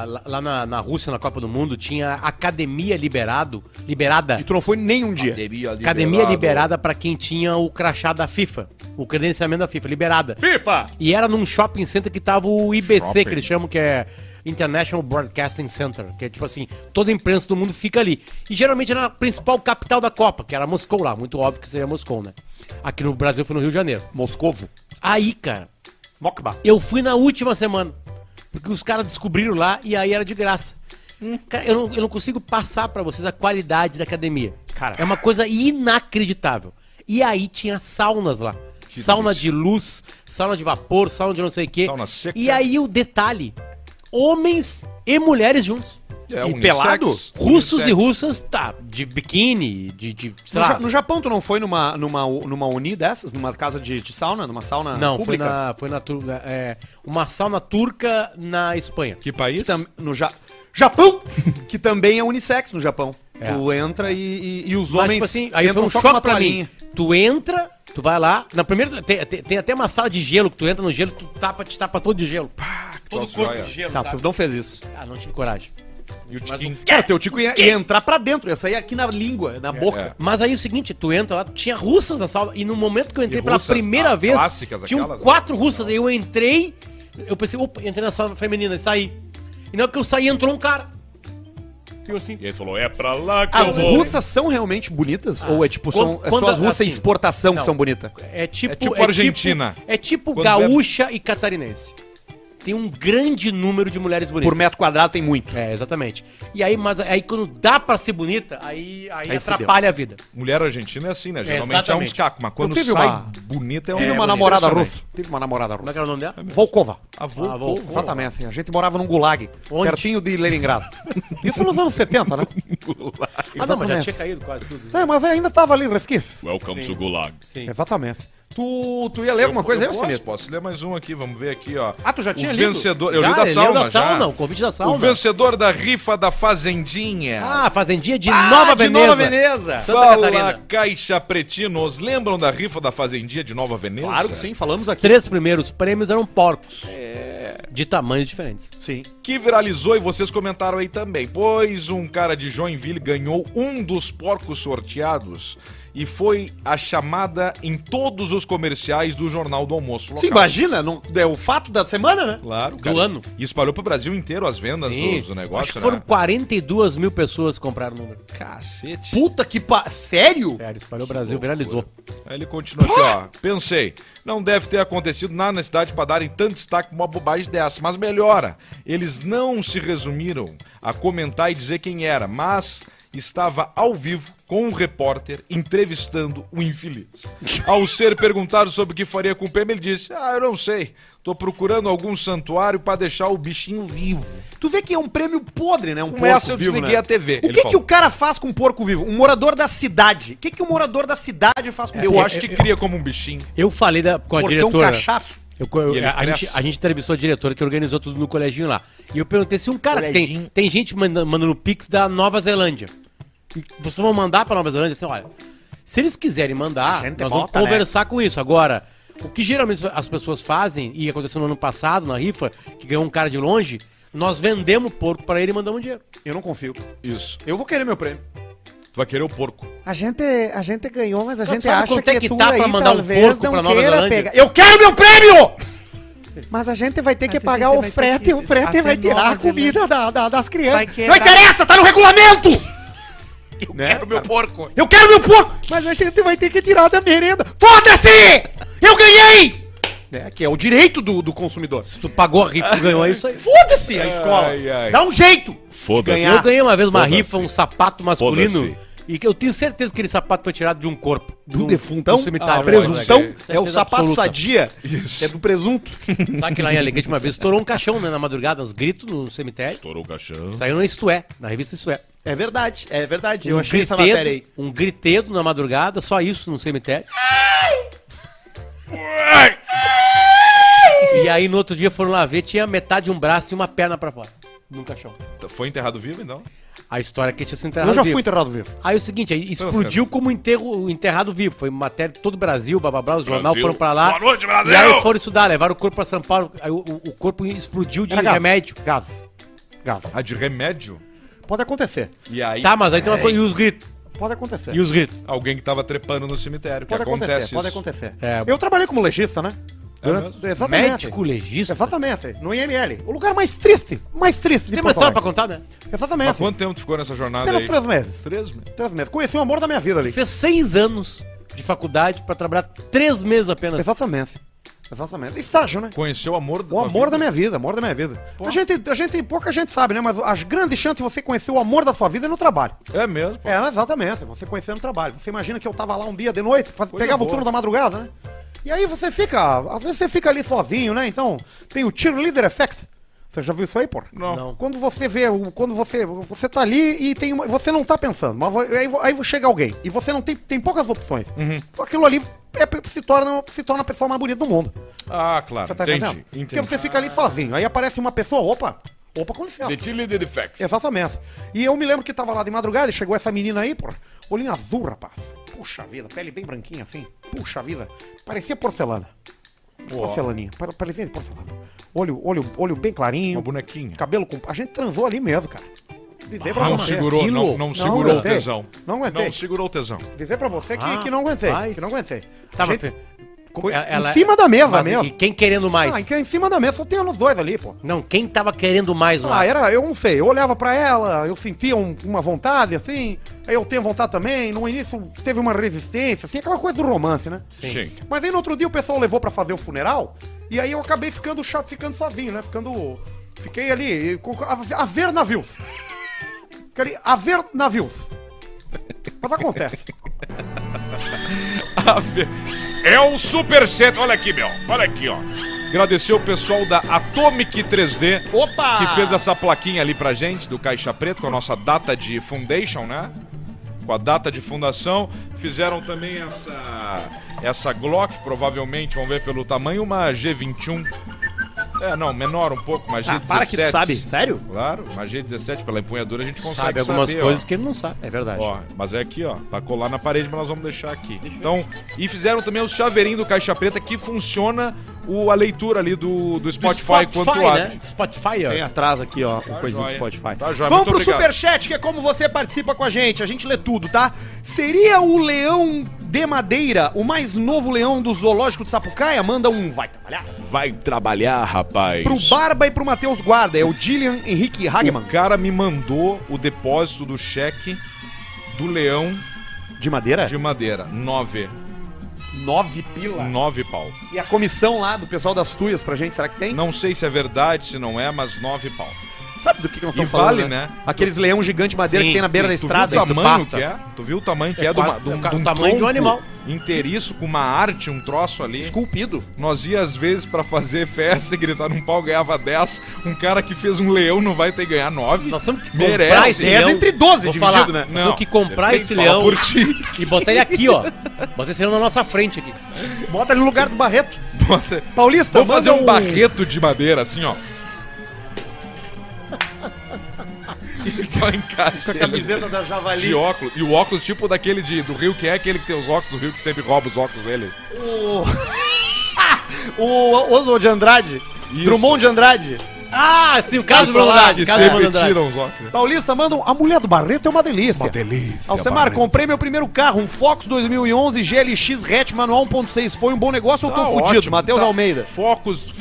na Rússia, na Copa do Mundo, tinha academia liberada. E tu não foi nenhum dia. Academia liberada pra quem tinha o crachá da FIFA, o credenciamento da FIFA, liberada. FIFA! E era num shopping center que tava o IBC, Shopping. que eles chamam, que é International Broadcasting Center, que é tipo assim, toda a imprensa do mundo fica ali. E geralmente era na principal capital da Copa, que era Moscou lá, muito óbvio que seria Moscou, né? Aqui no Brasil foi no Rio de Janeiro. Moscovo. Aí, cara, Mokba. eu fui na última semana, porque os caras descobriram lá e aí era de graça. Cara, eu não consigo passar pra vocês a qualidade da academia. Cara. É uma coisa inacreditável. E aí tinha saunas lá. Que Sauna delícia. de luz, sauna de vapor, sauna de não sei o quê. Sauna seca. E aí o detalhe, homens e mulheres juntos. É, E unissex, pelado? Russos e unissex. russas, tá, de biquíni, sei lá. No Japão, tu não foi numa uni dessas? Numa casa de sauna? Numa sauna Não, pública? foi na uma sauna turca na Espanha. Que país? No Japão! Que também é unissex no Japão. É. Tu entra e os Mas, homens tipo assim, aí foi entram um só com choque uma pra mim. toalhinha. Tu entra, tu vai lá, na primeira tem até uma sala de gelo, que tu entra no gelo, tu te tapa todo de gelo. Todo o troço corpo joia. de gelo, Tá, sabe? tu não fez isso. Ah, não tive coragem. E o Mas tiquinho. Cara, teu tico ia entrar pra dentro, ia sair aqui na língua, na boca. é. Mas aí é o seguinte, tu entra lá, tinha russas na sala, e no momento que eu entrei E pela russas, primeira vez, clássicas, tinham aquelas, 4 russas, aí eu entrei, eu pensei, opa, entrei na sala feminina e saí. E na hora que eu saí, entrou um cara. E eu assim... E ele falou, é pra lá que As eu vou. russas são realmente bonitas? Ou é tipo, são quando- só as russas assim, exportação que não. são bonitas? É tipo... É tipo Argentina. É tipo Quando gaúcha e catarinense. Tem um grande número de mulheres bonitas. Por metro quadrado tem muito. É, exatamente. E aí, mas aí quando dá pra ser bonita, aí Aí atrapalha a vida. Mulher argentina é assim, né? Geralmente é Exatamente. uns cacos, mas quando Eu tive sai uma- bonita é Tive uma bonita. namorada Impressionante. russa. Tive uma namorada Como é russa. que era o nome dela? Volkova. Avô. Volkova. Exatamente. A gente morava num gulag. Onde? Pertinho de Leningrado. Isso nos anos 70, né? Ah, não, mas já Exatamente. tinha caído quase tudo. É, mas ainda tava ali resquício. Welcome to Gulag. Sim. Exatamente. Tu ia ler alguma coisa aí, eu Samir? posso ler mais um aqui, vamos ver aqui, ó. Ah, tu já tinha o lido? vencedor, eu Já, li da ele sauna, leu da já. sauna, o convite da sauna. O vencedor da rifa da Fazendinha. Ah, Fazendinha de Nova de Veneza. Nova Veneza. Santa Fala, Catarina. Caixa Pretinos, lembram da rifa da Fazendinha de Nova Veneza? Claro que sim, falamos Os aqui. 3 primeiros prêmios eram porcos. De tamanhos diferentes. Sim. Que viralizou e vocês comentaram aí também, pois um cara de Joinville ganhou um dos porcos sorteados e foi a chamada em todos os comerciais do Jornal do Almoço local. Sim, imagina, é o fato da semana, né? Claro, Do ano. E espalhou pro Brasil inteiro as vendas do negócio, acho que foram né? 42 mil pessoas que compraram o número. Cacete. Puta que Sério? Sério, espalhou o Brasil, viralizou. Aí ele continua aqui, ó. Pensei, não deve ter acontecido nada na cidade pra darem tanto destaque pra uma bobagem dessa, mas melhora. Eles não se resumiram a comentar e dizer quem era, mas estava ao vivo com um repórter entrevistando o infeliz. Ao ser perguntado sobre o que faria com o prêmio, ele disse, eu não sei, tô procurando algum santuário pra deixar o bichinho vivo. Tu vê que é um prêmio podre, né? Um Com essa eu desliguei a TV. O ele que, falou. que o cara faz com um porco vivo? Um morador da cidade. O que, que o morador da cidade faz com Eu acho que cria como um bichinho. Eu falei com a porcão diretora. cachaço. Eu- E ele a, gente, cresce. a gente entrevistou a diretora que organizou tudo no coleginho lá. E eu perguntei se um cara que tem gente mandando pix da Nova Zelândia. E vocês vão mandar pra Nova Zelândia assim, olha. Se eles quiserem mandar, A gente nós vamos bota, né? conversar com isso. Agora, o que geralmente as pessoas fazem, e aconteceu no ano passado, na rifa, que ganhou um cara de longe, nós vendemos porco pra ele e mandamos dinheiro. Eu não confio. Isso. Eu vou querer meu prêmio. Tu vai querer o porco. A gente ganhou, mas a Mas gente sabe acha quanto que, é que tu tá pra aí mandar um talvez porco não pra Nova queira Zelândia? pegar. Eu quero meu prêmio! Mas a gente vai ter que Mas a pagar gente o vai ter frete, que- o frete até vai tirar Nova a comida das crianças. Não interessa, tá no regulamento! Eu quero meu porco. Eu quero meu porco! Mas a gente vai ter que tirar da merenda. Foda-se! Eu ganhei! Que é o direito do consumidor. Se tu pagou a rifa, tu ganhou é isso aí. Foda-se a escola. Ai, ai. Dá um jeito. Foda-se. Eu ganhei uma vez uma Foda-se. rifa, um sapato masculino. Foda-se. E que eu tenho certeza que aquele sapato foi tirado de um corpo. Do defuntão? do cemitário. Presuntão? Certeza É o sapato absoluta. sadia. É do presunto. Sabe que lá em Alegrete uma vez estourou um caixão, né, na madrugada, uns gritos no cemitério. Estourou o caixão. Saiu na Isto É, na revista Isto É. É verdade, é verdade. Eu achei essa matéria aí. Um gritedo na madrugada, só isso no cemitério. E aí no outro dia foram lá ver, tinha metade de um braço e uma perna pra fora. Num caixão. Foi enterrado vivo, então? A história é que tinha sido enterrado Eu já vivo. fui enterrado vivo. Aí o seguinte, aí explodiu como enterrado vivo. Foi matéria de todo o Brasil, bababá, os jornal Brasil. foram pra lá. Boa noite, Brasil! E aí foram estudar, levaram o corpo pra São Paulo. Aí o corpo explodiu de Era gás. remédio. Gás. Gás. Ah, de remédio? Pode acontecer. E aí, Tá, mas aí tem uma coisa. E os gritos? Pode acontecer. E os gritos? alguém que tava trepando no cemitério. Pode que acontecer, acontece pode isso. acontecer. É. Eu trabalhei como legista, né? Exatamente. Médico legista? Exatamente. No IML. O lugar mais triste de Tem uma Porto história pra Alegre. contar, né? Exatamente. Há quanto tempo tu ficou nessa jornada Apenas aí? 3 meses. 3 meses. 3 meses. Conheci o amor da minha vida ali. Fez 6 anos de faculdade pra trabalhar 3 meses apenas. Exatamente. Exatamente. Estágio, né? Conheceu o amor O amor da minha vida, amor da minha vida. A gente, pouca gente sabe, né? Mas as grandes chances de você conhecer o amor da sua vida é no trabalho. É mesmo? pô. É, exatamente. Você conhecer no trabalho. Você imagina que eu tava lá um dia de noite, pegava o boa. turno da madrugada, né? E aí você fica, às vezes você fica ali sozinho, né? Então, tem o cheerleader effect. Você já viu isso aí, pô? Não. Quando você vê, quando você tá ali e você não tá pensando, mas aí chega alguém e você não tem poucas opções. Só aquilo ali se torna a pessoa mais bonita do mundo. Ah, claro. Você tá Entendi. entendendo? Porque Entendi. você fica ali sozinho, aí aparece uma pessoa, opa, com licença. The Cheerleader Effect. Exatamente. E eu me lembro que tava lá de madrugada e chegou essa menina aí, pô, olhinho azul, rapaz. Puxa vida, pele bem branquinha assim. Puxa vida, parecia porcelana. Porcelaninha, parecia de porcelana. Olho bem clarinho. Uma bonequinha. Cabelo com. A gente transou ali mesmo, cara. Dizer pra Não você. segurou, aquilo? não segurou o aguentei. tesão. Não aguentei. Não segurou o tesão. Dizer pra você Ah, que não aguentei. rapaz. Que não aguentei. Tá, A gente- Ela- em cima da mesa Mas mesmo. e quem querendo mais? Em cima da mesa, só tem nós dois ali, pô. Não, quem tava querendo mais lá? Eu não sei, eu olhava pra ela, eu sentia uma vontade, assim, aí eu tenho vontade também, no início teve uma resistência, assim, aquela coisa do romance, né? Sim. Mas aí no outro dia o pessoal levou pra fazer o funeral, e aí eu acabei ficando chato, ficando sozinho, né? Fiquei ali, a ver navios. Fiquei ali, a ver navios. Mas acontece. É o Superchat. Olha aqui, meu. Olha aqui, ó. Agradecer o pessoal da Atomic 3D. Opa! Que fez essa plaquinha ali pra gente, do Caixa Preto, com a nossa data de foundation, né? Com a data de fundação. Fizeram também essa Glock, provavelmente, vamos ver pelo tamanho, uma G21. Não, menor um pouco, uma G17. Para que tu sabe, sério? Claro, uma G17, pela empunhadura a gente consegue Sabe algumas saber, coisas ó. que ele não sabe. É verdade. Ó, mas é aqui, ó. Tá colar na parede, mas nós vamos deixar aqui. Então, e fizeram também os chaveirinhos do Caixa Preta, que funciona a leitura ali do Spotify quanto abre. né? Spotify, ó. Tem atrás aqui, ó, uma coisinha do joia. Spotify. Tá joia, Vamos muito pro obrigado. Superchat, que é como você participa com a gente lê tudo, tá? Seria o leão de madeira o mais novo leão do zoológico de Sapucaia? Manda um vai trabalhar. Vai trabalhar, rapaz. Pro Barba e pro Matheus Guarda, é o Gillian Henrique Hagman. O cara me mandou o depósito do cheque do leão De madeira? de madeira. 9 pila. pau. E a comissão lá do pessoal das tuias pra gente, será que tem? Não sei se é verdade, se não é, mas 9 pau. Sabe do que nós E estamos falando, vale, né? Aqueles leão gigante de madeira Sim, que tem na beira da Tu estrada. viu o que tu tamanho passa. que é? Tu viu o tamanho que É é, quase de o tamanho de um animal. inteiriço, com uma arte, um troço ali. Esculpido. Nós ia às vezes pra fazer festa e gritar num pau, ganhava 10. Um cara que fez um leão não vai ter que ganhar 9. Nós temos que Merece. comprar esse 10 leão. entre 12 Vou dividido, falar, né? Nós temos que comprar Quem esse fala leão por ti. e botar ele aqui, ó. Botar esse leão na nossa frente aqui. Bota ali no lugar do Barreto. Bota- Paulista, Vou fazer manda um barreto de madeira, assim, ó. Só encaixa Com a camiseta da Javali. de óculos. E o óculos tipo daquele do Rio, que é aquele que tem os óculos do Rio, que sempre rouba os óculos dele. O Oswald de Andrade. Isso. Drummond de Andrade. Ah, sim, o caso do lá, Andrade. Que Caso do sempre Andrade. tiram os óculos. Paulista, manda a mulher do Barreto é uma delícia. delícia. Alcemar, comprei meu primeiro carro, um Focus 2011 GLX hatch manual 1.6. Foi um bom negócio ou tô fudido? ótimo. Matheus Tá. Almeida. Focus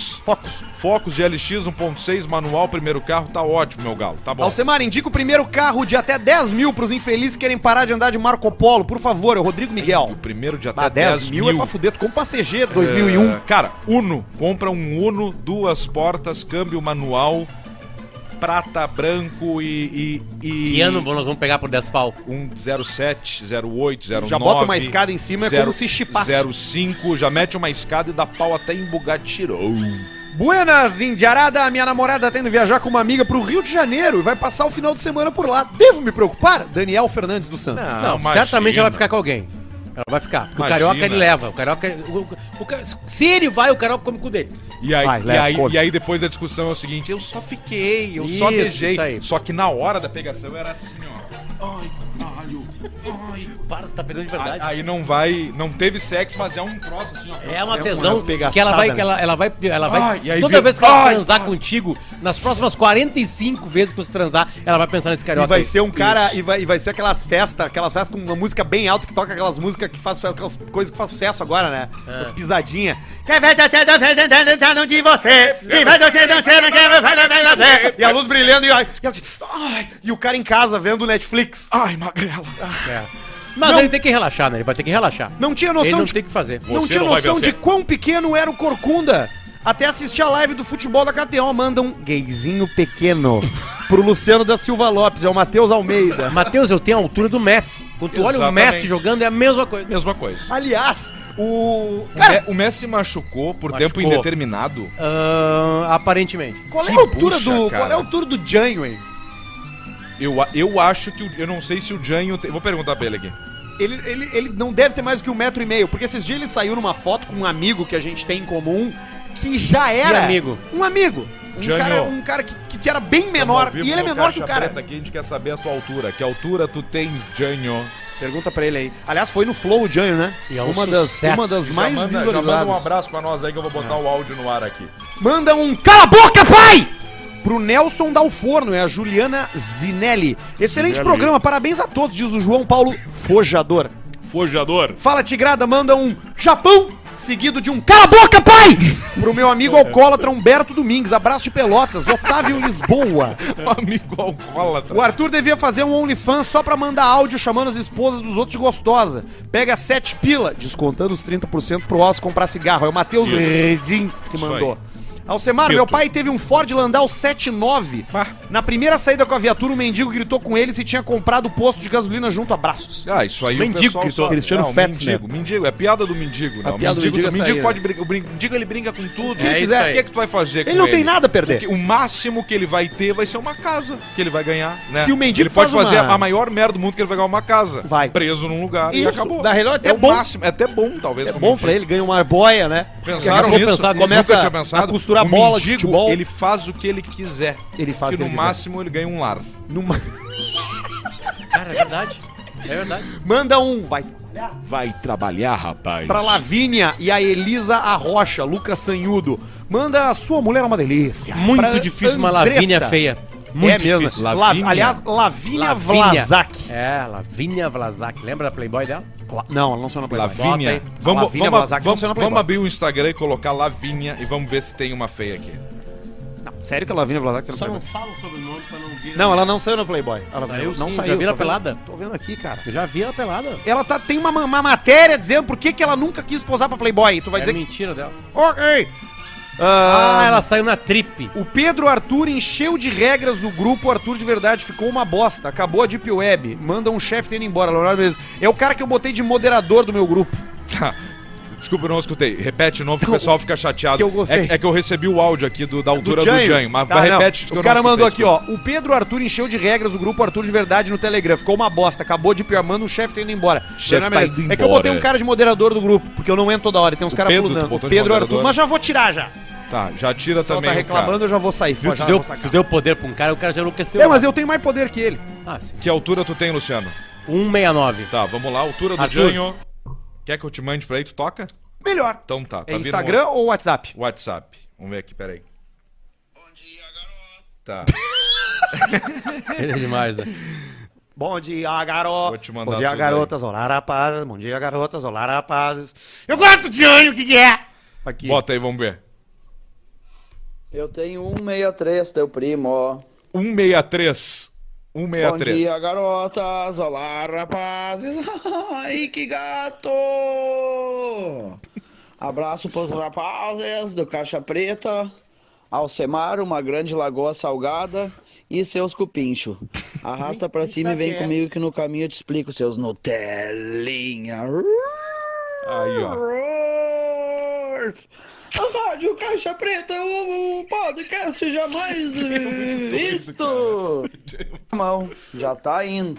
GLX 1.6 manual, primeiro carro, tá ótimo, meu galo. Tá bom. Alcemar, indica o primeiro carro de até 10 mil pros infelizes que querem parar de andar de Marco Polo. Por favor, é o Rodrigo O Miguel. primeiro de até Ah, 10 mil é pra fuder. Tu compra CG 2001. Cara, Uno. Compra um Uno, 2 portas, câmbio manual, prata, branco e Que ano nós vamos pegar por 10 pau? um 07, 08, 09. Já bota uma escada em cima, é como se chipasse. 05, já mete uma escada e dá pau até em Bugatirou. Buenas, Indiarada. Minha namorada tá indo viajar com uma amiga pro Rio de Janeiro e vai passar o final de semana por lá. Devo me preocupar? Daniel Fernandes dos Santos. Não, imagina. certamente ela vai ficar com alguém. Ela vai ficar. Porque Imagina. o carioca ele leva. O carioca. Se ele vai, o carioca come com o dele. E aí, Vai, leva, come. e aí depois da discussão é o seguinte, eu só fiquei, eu só Isso, beijei. isso aí. Só que na hora da pegação era assim, ó. Ai, caralho. Ai. Para, tá pegando de verdade. Aí não teve sexo, mas é um troço assim, ó. É uma tesão pegaçada, que ela vai, né? que ela vai, Ai, e aí toda vira- vez que ela ai, transar ai. contigo, nas próximas 45 vezes que você transar, ela vai pensar nesse E carioca. vai aí. ser um cara, Isso. e vai ser aquelas festas com uma música bem alta, que toca aquelas músicas que faz aquelas coisas que faz sucesso agora, né? As pisadinhas. Quem vai de você? Quem vai e a luz brilhando e o cara em casa vendo Netflix. Ai, magrela. É. Mas Não. ele tem que relaxar, né? Ele vai ter que relaxar. Não tinha Ele noção não de tem o que fazer. não Você tinha não vai noção de vencer. quão pequeno era o Corcunda. Até assistir a live do futebol da KTO. Manda um gayzinho pequeno pro Luciano da Silva Lopes. É o Matheus Almeida. Matheus, eu tenho a altura do Messi. Quando tu olha o Exatamente. Messi jogando, é a mesma coisa. Mesma coisa. Aliás, cara, O Messi machucou por Machucou. tempo indeterminado. Aparentemente. qual é que a altura bucha, do. cara. Qual é a altura do Janho, hein? Eu acho que. Eu não sei se o Janho. Vou perguntar pra ele aqui. Ele não deve ter mais do que 1,5 m, porque esses dias ele saiu numa foto com um amigo que a gente tem em comum, que já era. Que amigo? Um amigo. Janho. Um cara que era bem menor. Tamo ao vivo E ele é no menor que o Caixa cara. Preta aqui, a gente quer saber a tua altura. Que altura tu tens, Janho? Pergunta pra ele aí. Aliás, foi no Flow o Janho, né? E é um uma sucesso. das Já mais manda um visualizadas. abraço pra nós aí que eu vou botar o áudio no ar aqui. Manda um cala a boca, pai! Pro Nelson Dalforno, é a Juliana Zinelli. Excelente Zinelli. programa, parabéns a todos, diz o João Paulo Fojador. Forjador. Fala, Tigrada, manda um Japão seguido de um cala a boca, pai! Pro meu amigo alcoólatra Humberto Domingues, abraço de Pelotas, Otávio Lisboa. Amigo alcoólatra. O Arthur devia fazer um OnlyFans só pra mandar áudio chamando as esposas dos outros de gostosa. Pega 7 pila, descontando os 30% pro Osso comprar cigarro. É o Matheus Redin que Isso mandou. aí. Alcemar, meu pai teve um Ford Landau 79. Na primeira saída com a viatura, o mendigo gritou com ele se tinha comprado o posto de gasolina junto. Abraços. Ah, isso aí Mendigo o pessoal gritou. sabe. Cristiano o Fetz, mendigo, mendigo, é piada do mendigo, né? A piada do mendigo é mendigo sair, pode né? brigar, o mendigo ele brinca com tudo. É Se isso quiser, aí. o que tu vai fazer Ele não tem nada a perder. Porque o máximo que ele vai ter vai ser uma casa que ele vai ganhar, né? Se o mendigo ele pode faz fazer uma- a maior merda do mundo que ele vai ganhar uma casa. Vai. Preso num lugar e Isso, acabou. na realidade, é é o bom. máximo, é até bom talvez. É pro bom mendigo. pra ele, ganha uma arboia, né? Pensaram Daqui a pouco nisso? pensar, Nunca começa tinha pensado. a costurar O bola de mendigo, futebol. ele faz o que ele quiser. Ele faz o que que no ele quiser. máximo ele ganha um lar. Numa... Cara, é verdade. É verdade. Manda um, vai. Vai trabalhar, rapaz. Pra Lavínia e a Elisa Arrocha, Lucas Sanhudo. Manda a sua mulher é uma delícia. Muito Pra difícil uma Andressa. Lavínia feia. Muito mesmo. difícil. Aliás, Lavínia Vlasak. É, Lavínia Vlasak. Lembra da Playboy dela? Não, ela não saiu na Playboy. Bota Lavínia. aí. Vamos, Lavínia vamos, Vlasak não saiu na vamos Playboy. abrir o Instagram e colocar Lavínia e vamos ver se tem uma feia aqui. Não, sério que a Lavínia Vlasak não Só saiu? não fala sobre o nome pra não vir. Não, ela não saiu na Playboy. Ela Saiu não sim, saiu. já viram tô vendo- pelada? Tô vendo aqui, cara. Eu já vi ela pelada. Ela tem uma matéria dizendo por que ela nunca quis posar pra Playboy. Tu vai É dizer... mentira dela. Ok. Ah, ela saiu na trip. O Pedro Arthur encheu de regras o grupo. O Arthur de verdade ficou uma bosta. Acabou a Deep Web. Manda um chefe tendo embora. Leonardo Menezes. É o cara que eu botei de moderador do meu grupo. Tá. Desculpa, eu não escutei. Repete de novo que o pessoal fica chateado. que eu gostei. É que eu recebi o áudio aqui da altura do Janho. Mas Tá, vai, não. repete que eu O cara não mandou escutei, aqui, ó. O Pedro Arthur encheu de regras o grupo Arthur de verdade no Telegram. Ficou uma bosta. Acabou de pior. Manda um chefe tendo embora. Chefe Leonardo tá Menezes. indo É que eu botei embora. um cara de moderador do grupo. Porque eu não entro toda hora. Tem uns caras Pedro, tu falando. botou de Pedro moderador? Arthur. Mas já vou tirar já. Tá, já tira Se ela também. tá o cara. reclamando, eu já vou sair. Viu? Já Tu deu, vou sacar. tu deu poder pra um cara, o cara já enlouqueceu. É, mas eu tenho mais poder que ele. Ah, sim. Que altura tu tem, Luciano? 169. Tá, vamos lá. Altura do Arthur. Janho. Quer que eu te mande pra aí? Tu toca? Melhor. Então tá. É vindo Instagram ou WhatsApp? um WhatsApp. Vamos ver aqui, peraí. Bom dia, garoto. Tá. Ele é demais, né? Bom dia, garoto. Vou te mandar Bom dia, tudo garotas. Olá, rapazes. Bom dia, garotas. Olá, rapazes. Eu gosto de anho, o que é? Aqui. Bota aí, vamos ver. Eu tenho 163, teu primo, ó. 163. Bom 163. dia, garotas. Olá, rapazes. Ai, que gato! Abraço pros rapazes do Caixa Preta, Alcemar, uma grande lagoa salgada e seus cupincho. Arrasta pra cima e vem comigo que no caminho eu te explico, seus Nutelinha. Aí, ó. A Rádio Caixa Preta, o podcast jamais visto. Irmão, já tá indo.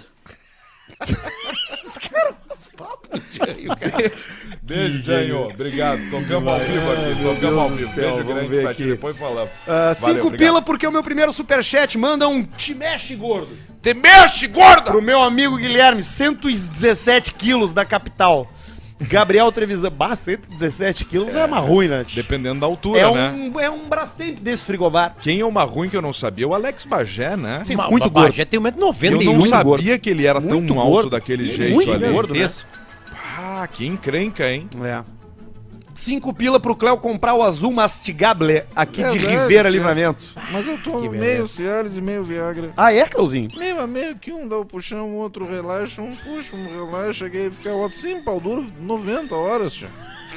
Beijo, Janho. Obrigado. Tocamos ao vivo aqui. Tocamos ao vivo. Beijo grande pra ti. Depois falamos. Valeu, 5 obrigado. pila porque é o meu primeiro superchat. Manda um te mexe, gordo. Te mexe, gorda! Pro meu amigo Guilherme, 117 quilos da capital. Gabriel Trevisan. Bah, 117 quilos é uma ruim, né? Dependendo da altura, É né? é um Brastemp desse frigobar. Quem é uma ruim que eu não sabia? O Alex Bagé, né? Sim, Mas muito o gordo. Bagé tem 1,90m. Eu não muito sabia gordo. que ele era Muito tão alto gordo. daquele jeito Muito ali. gordo, né? Ah, que encrenca, hein? É. 5 pila pro Cléo comprar o azul mastigable aqui de Verdade, Rivera tia. Livramento. Mas eu tô Que meio beleza. Cialis e meio Viagra. Ah, é, Cléuzinho? Meio que um dá o puxão, o outro relaxa, um puxa, um relaxa, cheguei a ficar assim, pau duro, 90 horas, tia.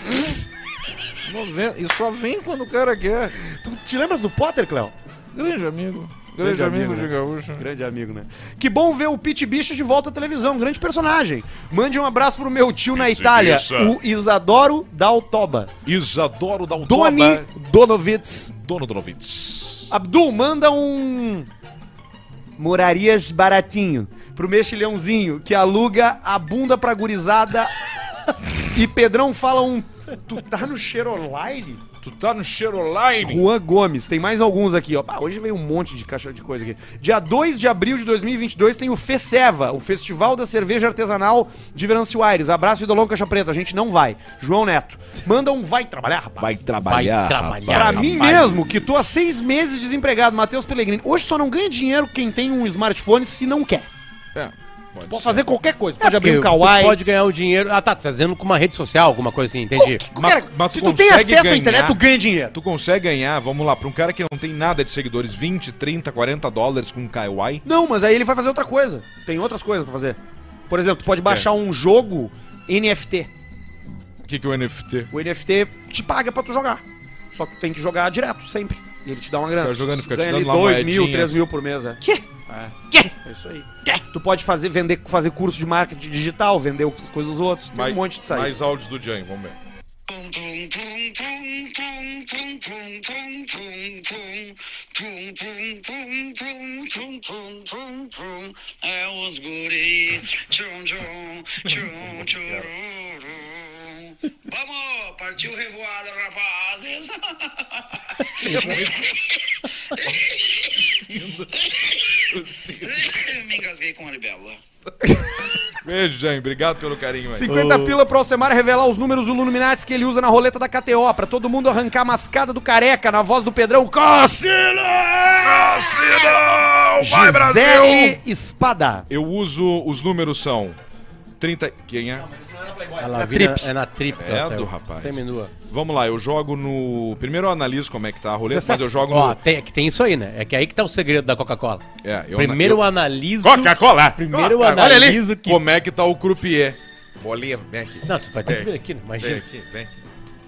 90, e só vem quando o cara quer. Tu te lembras do Potter, Cléo? Grande amigo. Grande Grande amigo amigo, de gaúcho. Grande amigo, né? Que bom ver o Pete Bicha de volta à televisão. Grande personagem. Mande um abraço pro meu tio na Itália, o Isadoro Daltoba. Isadoro Daltoba. Doni Donovitz. Dono Donovitz. Abdul, manda um Morarias baratinho pro mexilhãozinho que aluga a bunda pra gurizada. E Pedrão fala um... Tu tá no Cheroline? Tu tá no Cheroline? Juan Gomes, tem mais alguns aqui, ó. Ah, hoje veio um monte de caixa de coisa aqui. Dia 2 de abril de 2022 tem o FECEVA, o Festival da Cerveja Artesanal de Venâncio Aires. Abraço, Vidolão Caixa Preta, a gente não vai. João Neto, manda um vai trabalhar, rapaz. Vai trabalhar. Pra mim mesmo, que tô há 6 meses desempregado, Matheus Pellegrini. Hoje só não ganha dinheiro quem tem um smartphone se não quer. É. Pode fazer qualquer coisa. Pode abrir um Porque kawaii. tu pode ganhar o dinheiro. Ah, tá fazendo com uma rede social, alguma coisa assim, entendi. Mas se tu tu tem consegue acesso à ganhar- internet, tu ganha dinheiro. Tu consegue ganhar, vamos lá, pra um cara que não tem nada de seguidores, 20, 30, 40 dólares com um Kawaii? Não, mas aí ele vai fazer outra coisa. Tem outras coisas pra fazer. Por exemplo, tu pode baixar um jogo NFT. O que é o NFT? O NFT te paga pra tu jogar. Só que tu tem que jogar direto, sempre. E ele te dá uma grana. jogando, fica te Ganha dando ali lá 2 mil, moedinhas. 3 mil por mês. É. É isso aí. Tu pode fazer curso de marketing digital, vender as coisas dos outros. Tem um monte de saída. Mais áudios do Jane, vamos ver. É os guri. Tchum, tchum, tchum, tchururu. Vamos, partiu revoada, rapazes. Me engasguei com a libela. Beijo, Jane, obrigado pelo carinho aí. 50 pila pro Alcemar revelar os números do Illuminati que ele usa na roleta da KTO, pra todo mundo arrancar a mascada do careca na voz do Pedrão. Cassino! Vai, Brasil! Gisele Espada. Eu uso, os números são 30... Quem é? Ela na vira, trip. é na trip. É ela do saiu. rapaz. Seminua. Vamos lá, eu jogo no... Primeiro eu analiso como é que tá a roleta, mas eu jogo Ó, no... tem, é que tem isso aí, né? É que aí que tá o segredo da Coca-Cola. eu Primeiro eu analisa. Coca-Cola! Primeiro eu Coca-Cola, olha ali. analiso que. Como é que tá o croupier? Bolinha, vem aqui. Não, tu vai ter que vir aqui, né? Vem Imagina. aqui, vem aqui.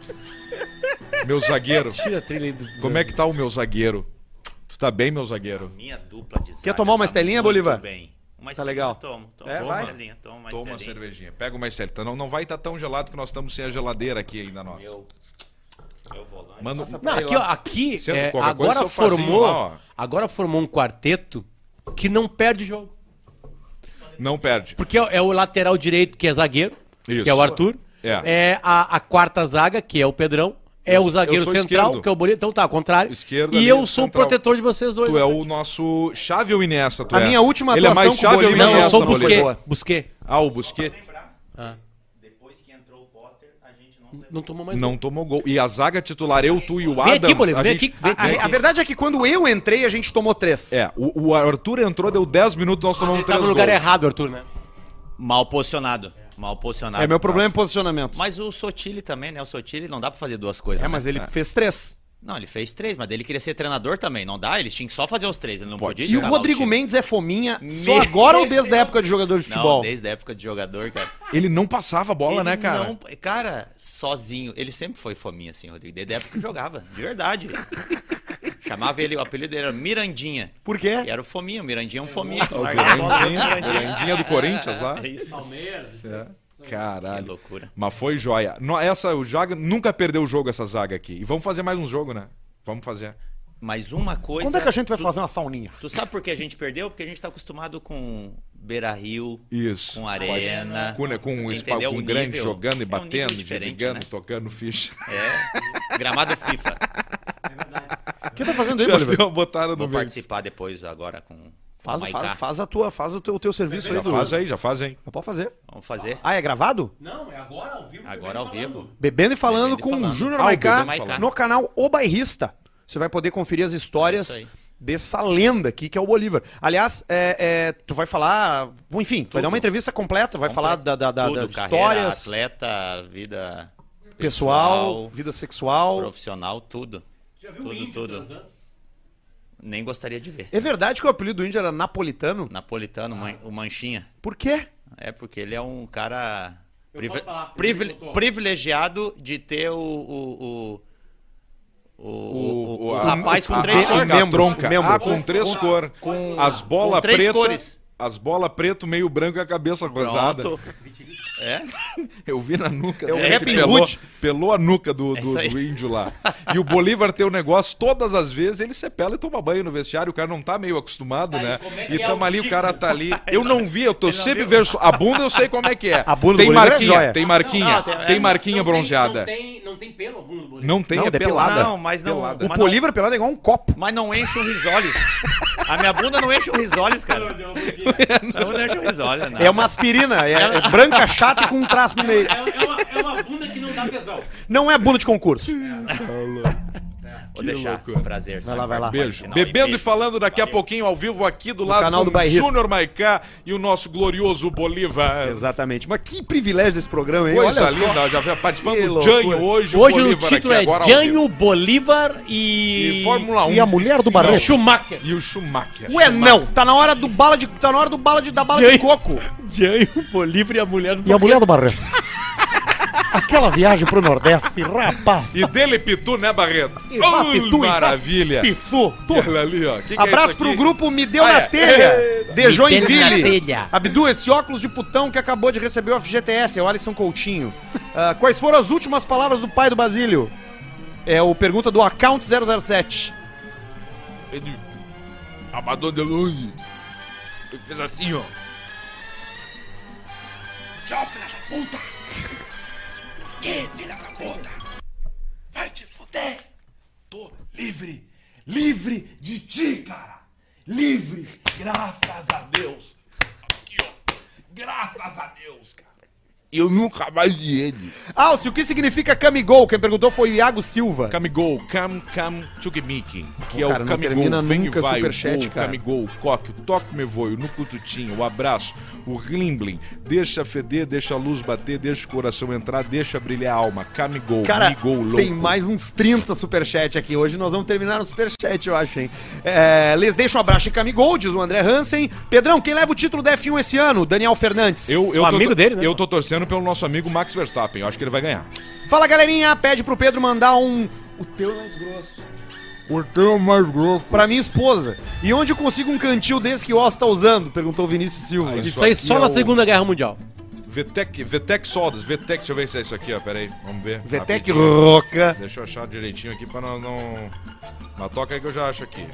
Meu zagueiro. Tira a trilha aí do. Como é que tá o meu zagueiro? Tu tá bem, meu zagueiro? Minha dupla de zaga Quer tomar uma tá estelinha, muito Bolívar? Bem. Uma Tá estelinha, legal. Tomo É, uma vai. estelinha, tomo uma Toma uma estelinha. cervejinha. Pega uma estelita. Não vai estar tão gelado que nós estamos sem a geladeira aqui ainda, nossa. Eu vou lá. Manda Não, aqui, ó, aqui Sendo é, qualquer coisa, agora sofazinho formou. lá, ó. Agora formou um quarteto que não perde jogo. Não perde. Porque é o lateral direito, que é zagueiro, Isso. que é o Arthur. É. É a quarta zaga, que é o Pedrão. É o zagueiro sou central, esquerdo. que é o Bolívar. Então tá, ao contrário. Esquerda, e ali, eu sou central. o protetor de vocês dois. Tu é o nosso Xavi ou Iniesta, tu A é? minha última Ele é atuação mais com o Xavi ou Bolívar- Não, eu Iniesta, sou o Bolívar? Busquet. Busquet. Ah, o Busquets Ah, Depois que entrou o Potter, a gente não não tomou mais não gol. tomou gol. E a zaga titular, eu, tu e o Vem Adams... aqui, Bolívar, a vem gente- aqui. Vem aqui. A verdade é que quando eu entrei, a gente tomou 3. É, o Arthur entrou, deu 10 minutos, nós tomamos Ele 3 tava no gols. lugar errado, Arthur, né? Mal posicionado. Mal posicionado. É, meu problema é posicionamento. Mas o Sotile também, né? O Sotile não dá pra fazer duas coisas. É, né? mas ele fez 3. Não, ele fez 3, mas ele queria ser treinador também. Não dá, eles tinham que só fazer os 3. Ele não podia E o escalar Rodrigo time. Mendes é fominha só Meu agora ou desde a época de jogador de futebol? Não, desde a época de jogador, cara. Ele não passava a bola, Ele né, cara? Não, cara, sozinho. Ele sempre foi fominha, assim, Rodrigo. Desde a época que jogava, de verdade. Chamava ele, o apelido dele era Mirandinha. Por quê? E era o fominha, o Mirandinha é um fominha. O Largava a bola, Mirandinha do Corinthians lá. É isso. Que Caralho. loucura. Mas foi joia. Essa, o Zaga nunca perdeu o jogo, essa zaga aqui. E vamos fazer mais um jogo, né? Vamos fazer. Mas uma coisa... Quando é que a gente vai fazer uma sauninha? Tu sabe por que a gente perdeu? Porque a gente tá acostumado com Beira-Rio, Isso. com Arena. Com um espaço entendeu? com O grande nível jogando e é um nível batendo, diferente, ligando, né? tocando ficha. É. Gramado FIFA. O que tá fazendo aí, Já Bolívar? deu, botaram no Vou meio. participar depois agora com Faz, o Maiká. faz o teu serviço aí. Já faz aí, já faz aí. Pode fazer. Vamos fazer. Ah, é gravado? Não, é agora ao vivo. Agora ao vivo. Bebendo e falando Bebendo e com o falando. Júnior Ah, o Maiká Bebendo e falando. no canal O Bairrista. Você vai poder conferir as histórias Isso aí. dessa lenda aqui, que é o Bolívar. Aliás, tu vai falar... Enfim, tu vai dar uma entrevista completa, vai falar da Tudo, de carreira, histórias, atleta, vida pessoal, vida sexual. profissional, tudo. Tudo. Nem gostaria de ver. É verdade que o apelido do índio era napolitano? Napolitano, o Manchinha. Por quê? É porque ele é um cara posso falar, privilegiado de ter o O rapaz com três a cores. membronca. membro. Ah, com três cores. As bolas com três pretas. cores. As bolas preto, meio branco e a cabeça rosada. Pronto. É? Eu vi na nuca. É o dele, Robin pelou, Hood. pelou a nuca do isso aí. índio lá. E o Bolívar tem o negócio, todas as vezes ele sepela e toma banho no vestiário. O cara não tá meio acostumado, né? como é que E é tamo o ali, o Chico? cara tá ali. Eu não vi, eu tô sempre vendo. A bunda eu sei como é que é. A bunda do tem Bolívar é marquinha, joia. tem marquinha. Não, tem marquinha bronzeada. Não tem pelo a bunda do Bolívar. Não tem, Não, é é pelada. pelada. Não, mas não. Pelada. O Mas Bolívar pelado é igual um copo. Mas não enche o risoles. A minha bunda não enche o risoles, cara. A bunda não enche o risoles, não. É uma aspirina, é branca, chata e com um traço no meio. É uma bunda que não dá tesão. Não é bunda de concurso. Ô, deixar. loucura. Prazer. Vai lá, vai lá. Beijo. Final, Bebendo e beijo. falando daqui a Valeu. pouquinho ao vivo aqui do lado canal do com Bairrista. Júnior Maicá e o nosso glorioso Bolívar. Exatamente. Mas que privilégio desse programa, hein? Coisa Olha só. linda, já veio participando Que do loucura. Jânio hoje. Hoje o Bolívar título aqui é agora ao vivo. Jânio, Bolívar e... E Fórmula 1. E a mulher do Barreto. Schumacher. E o Schumacher. Ué, não. Tá na hora do bala de... Tá na hora da bala E aí? de coco. Jânio, Bolívar e a mulher do E a mulher do Barreto. Aquela viagem pro Nordeste, rapaz. E dele Pitu, né, Barreto? Ah, Oh, Pitu, maravilha. Piçu. Olha ali, ó. Que é Abraço isso pro aqui? grupo Me Deu Ah, na é. Telha, de Me Deu Joinville. na Telha. Abdu, esse óculos de putão que acabou de receber o FGTS, é o Alisson Coutinho. Quais foram as últimas palavras do pai do Basílio? É o pergunta do Account 007. Ele... Amador de luz. Ele fez assim, ó. Tchau, filha da puta! Que filha da puta? Vai te fuder! Tô livre! Livre de ti, cara! Livre! Graças a Deus! Aqui, ó! Graças a Deus, cara! Eu nunca mais vi ele. Alce, o que significa Camigol? Quem perguntou foi o Iago Silva. Camigol, Cam Chugmiki, que Pô, é cara, o não Camigol, termina vem e nunca vai, o superchat, gol, cara. Camigol, Coque, o toque me voio, no cututinho, o abraço, o rimblin, deixa feder, deixa a luz bater, deixa o coração entrar, deixa brilhar a alma, Camigol, Cara, Migol, louco. tem mais uns 30 superchat aqui. Hoje nós vamos terminar no superchat, eu acho, hein? Les deixa um abraço em Camigol, diz o André Hansen. Pedrão, quem leva o título da F1 esse ano? Daniel Fernandes. Eu O amigo dele, né? Eu tô torcendo pelo nosso amigo Max Verstappen, eu acho que ele vai ganhar. Fala, galerinha. Pede pro Pedro mandar um... O teu é mais grosso. O teu mais grosso. Pra minha esposa. E onde eu consigo um cantil desse que o Osso tá usando? Perguntou o Vinícius Silva. Isso aí só aqui na é o- Segunda Guerra Mundial. Vetec Sodas, Vetec, deixa eu ver se é isso aqui, ó, pera aí, vamos ver. Vetec Rapidinho. Roca. Deixa eu achar direitinho aqui pra não... Mas toca aí que eu já acho aqui.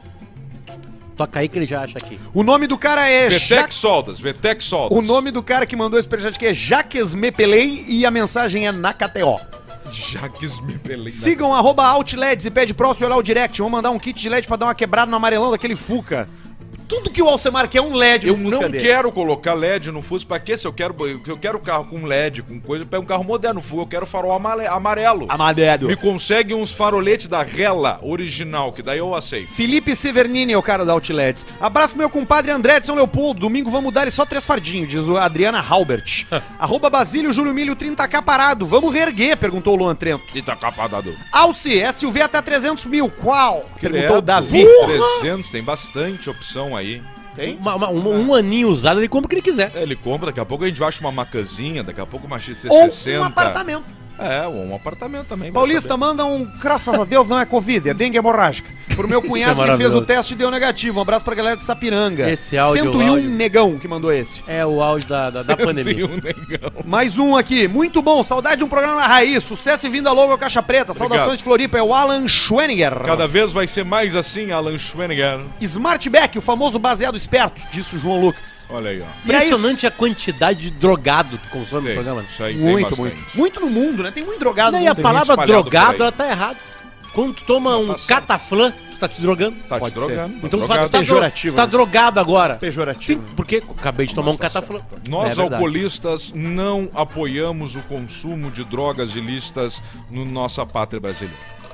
Toca aí que ele já acha aqui. O nome do cara é... Vetec Sodas, Vetec Sodas. O nome do cara que mandou esse superchat aqui é Jaques Mepelei e a mensagem é na KTO. Jaques me pelei. Sigam @outleds e pede próximo olhar o direct. Vamos mandar um kit de LED pra dar uma quebrada no amarelão daquele Fuca. Tudo que o Alcemar quer é um LED Eu no Fusca não dele. quero colocar LED no Fusca, pra quê? Se eu quero carro com LED, com coisa, eu pego um carro moderno, eu quero farol amarelo. Amarelo. Me consegue uns faroletes da Rela original, que daí eu aceito. Felipe Severnini é o cara da Outlets. Abraço pro meu compadre André de São Leopoldo. Domingo vamos dar ele só 3 fardinhos, diz o Adriana Halbert. @Basílio Júlio Milho 30k parado. Vamos reerguer, perguntou o Luan Trento. E tá capadado. Alce, SUV até 300 mil. Qual? Perguntou o Davi. 300, tem bastante opção aí. Tem? Um aninho usado, ele compra o que ele quiser. Ele compra, daqui a pouco a gente acha uma macazinha, daqui a pouco uma Ou XC60. um apartamento. É, ou um apartamento também. vai Paulista, saber. manda um, graças a Deus, não é Covid, é dengue hemorrágica. Pro meu cunhado que fez maravilhoso. o teste e deu negativo. Um abraço pra galera de Sapiranga. Esse áudio, 101 áudio. negão que mandou esse. É o auge da pandemia. Tem um negão. Mais um aqui. Muito bom. Saudade de um programa na raiz. Sucesso e vinda logo ao Caixa Preta. Saudações de Floripa. É o Alan Schweniger. Cada vez vai ser mais assim, Alan Schweniger. Smartback, o famoso baseado esperto, disse o João Lucas. Olha aí, ó. E aí, Impressionante a quantidade de drogado que consome Tem, o programa. isso aí tem muito, bastante. muito. Muito no mundo, né? Tem muito drogado Não, no e a mundo. tem palavra gente espalhado por drogado, aí. ela tá errada. Quando tu toma um passando. cataflã, tu tá te drogando. Tá Pode te ser. drogando. Então tu drogado. tá Pejorativo, tu tá né? drogado agora. Pejorativo. Sim, porque eu acabei de tomar um cataflã. Nós, É verdade. alcoolistas, não apoiamos o consumo de drogas ilícitas na nossa pátria brasileira.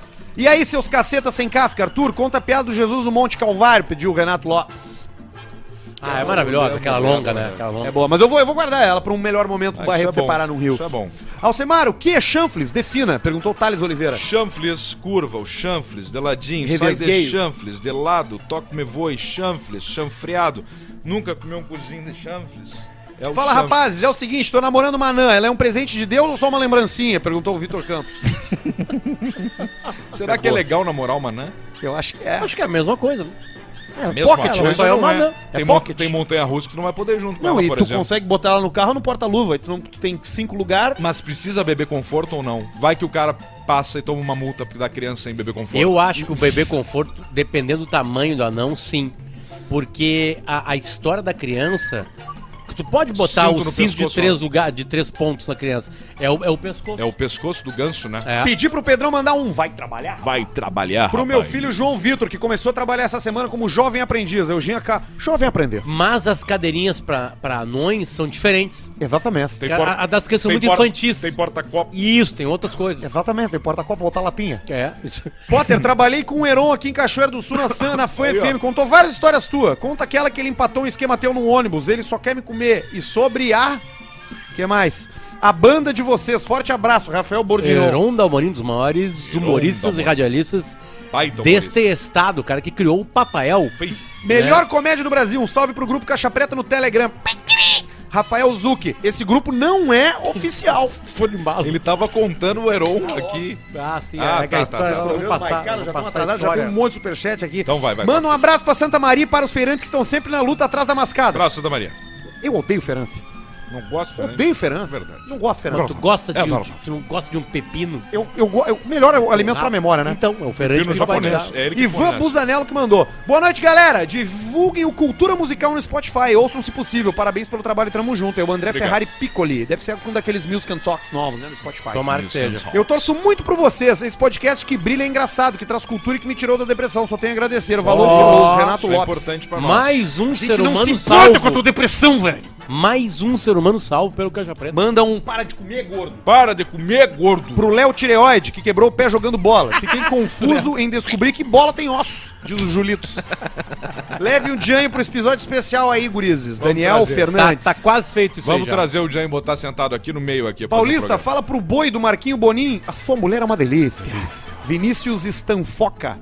E aí, seus cacetas sem casca, Arthur, conta a piada do Jesus no Monte Calvário, pediu o Renato Lopes. Ah, é maravilhosa, aquela longa, né? Aquela longa. É boa, mas eu vou guardar ela pra um melhor momento pro Ah, Barreto isso é bom, separar no Rio. isso é bom. Alcemar, o que é chanfles? Defina, perguntou o Thales Oliveira. Chanfles, curva, o chanfles, de ladinho, sai Revesgueio. de chanfles, de lado, toque me voe, chanfles, chanfreado. Nunca comeu um cozinho de chanfles? É o Fala, chanfles. rapazes, é o seguinte, tô namorando uma anã, ela é um presente de Deus ou só uma lembrancinha? Perguntou o Vitor Campos. Será que é legal namorar uma anã? Eu acho que é. Acho que é a mesma coisa, né? Mesmo pocket, a ela coisa só é não uma anã. Tem, É pocket. tem montanha-russa que tu não vai poder junto com Não, ela, e por tu exemplo. consegue botar ela no carro no porta-luva, e tu tem 5 lugares. Mas precisa beber conforto ou não? Vai que o cara passa e toma uma multa da criança sem beber conforto. Eu acho que o bebê conforto, dependendo do tamanho do anão, sim. Porque a história da criança, tu pode botar Cinto o no cinto pescoço, de 3 pontos na criança. É o pescoço. É o pescoço do ganso, né? É. Pedi pro Pedrão mandar um vai trabalhar. Vai trabalhar, Pro meu rapaz. filho João Vitor, que começou a trabalhar essa semana como jovem aprendiz. Eugênia K. Jovem aprendiz. Mas as cadeirinhas pra anões são diferentes. Exatamente. Tem A das crianças são tem muito porta- infantis. Tem porta-copo. Isso, tem outras coisas. Exatamente, tem porta-copa, botar lapinha. É, isso. Potter, trabalhei com o Heron aqui em Cachoeira do Sul, na Fã FM. Contou várias histórias tuas. Conta aquela que ele empatou um esquema teu no ônibus. Ele só quer me comer. E sobre a... que mais? A banda de vocês. Forte abraço, Rafael Bordignon. Heron Dalmorim, dos maiores humoristas e Dalmorim. radialistas Baita deste estado, cara, que criou o Papael. Melhor comédia do Brasil. Um salve pro grupo Caixa Preta no Telegram. Rafael Zucchi. Esse grupo não é oficial. Foi de bala. Ele tava contando o Heron aqui. Ah, sim, Ah, é que a tá, história... tá, tá. Vamos passar, Cara, já vamos estão passar a atrasados, já tem história. um monte de superchat aqui. Então vai. Manda um abraço pra Santa Maria e para os feirantes que estão sempre na luta atrás da mascada. Abraço, Santa Maria. Eu odeio feirante. Não gosto, né? Odeio feirante. Verdade. Não gosto de feirante. Tu gosta de É, um, fala. tu não gosta de um pepino? Melhor é o alimento pra memória, né? Então, é o ferante Pepino que vai japonês. tirar. É ele que Ivan fornece. Busanello que mandou. Boa noite, galera. Divulguem o Cultura Musical no Spotify. Ouçam se possível. Parabéns pelo trabalho e tamo junto. É o André Obrigado. Ferrari Piccoli. Deve ser um daqueles Music and Talks novos, né? No Spotify. Tomara que seja. Eu torço muito por vocês. Esse podcast que brilha é engraçado, que traz cultura e que me tirou da depressão. Só tenho a agradecer. O valor Veloso, Renato Isso é Lopes. importante pra nós. Mais um A gente ser não humano se importa com a salvo. tua depressão, velho. Mais um ser humano salvo pelo Caixa Preta. Manda um para de comer, gordo. Para de comer, gordo. Pro Léo Tireoide, que quebrou o pé jogando bola. Fiquei confuso em descobrir que bola tem ossos, diz o Julitos. Leve um Jânio pro episódio especial aí, gurizes. Vamos Daniel trazer. Fernandes. Tá quase feito isso Vamos aí já. trazer o Jan e botar sentado aqui no meio aqui. pra fazer o Paulista, programa. fala pro boi do Marquinho Bonin. A sua mulher é uma delícia. Vinícius Stanfoca.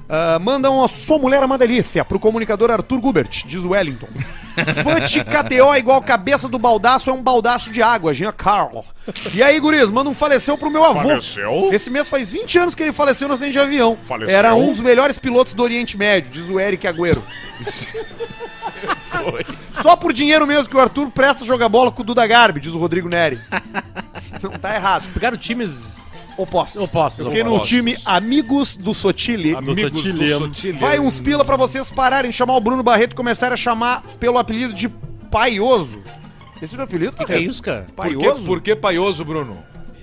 Manda uma sua mulher é uma delícia pro comunicador Arthur Gubert, diz o Wellington. Fante KTO igual cabeça do baldaço é um baldaço de água, Jean Carlo. E aí, guris, manda um faleceu pro meu avô. Faleceu? Esse mês faz 20 anos que ele faleceu no acidente de avião. Faleceu? Era um dos melhores pilotos do Oriente Médio, diz o Eric Agüero. Só por dinheiro mesmo que o Arthur presta jogar bola com o Duda Garbi, diz o Rodrigo Neri. Não tá errado. Pegaram times Opostos. opostos. Eu fiquei no time Amigos do Sotile. Amigos do Sotile. Vai uns pila pra vocês pararem de chamar o Bruno Barreto e começarem a chamar pelo apelido de Paioso. Esse é o apelido? Que é isso, cara? Por que paioso, Bruno?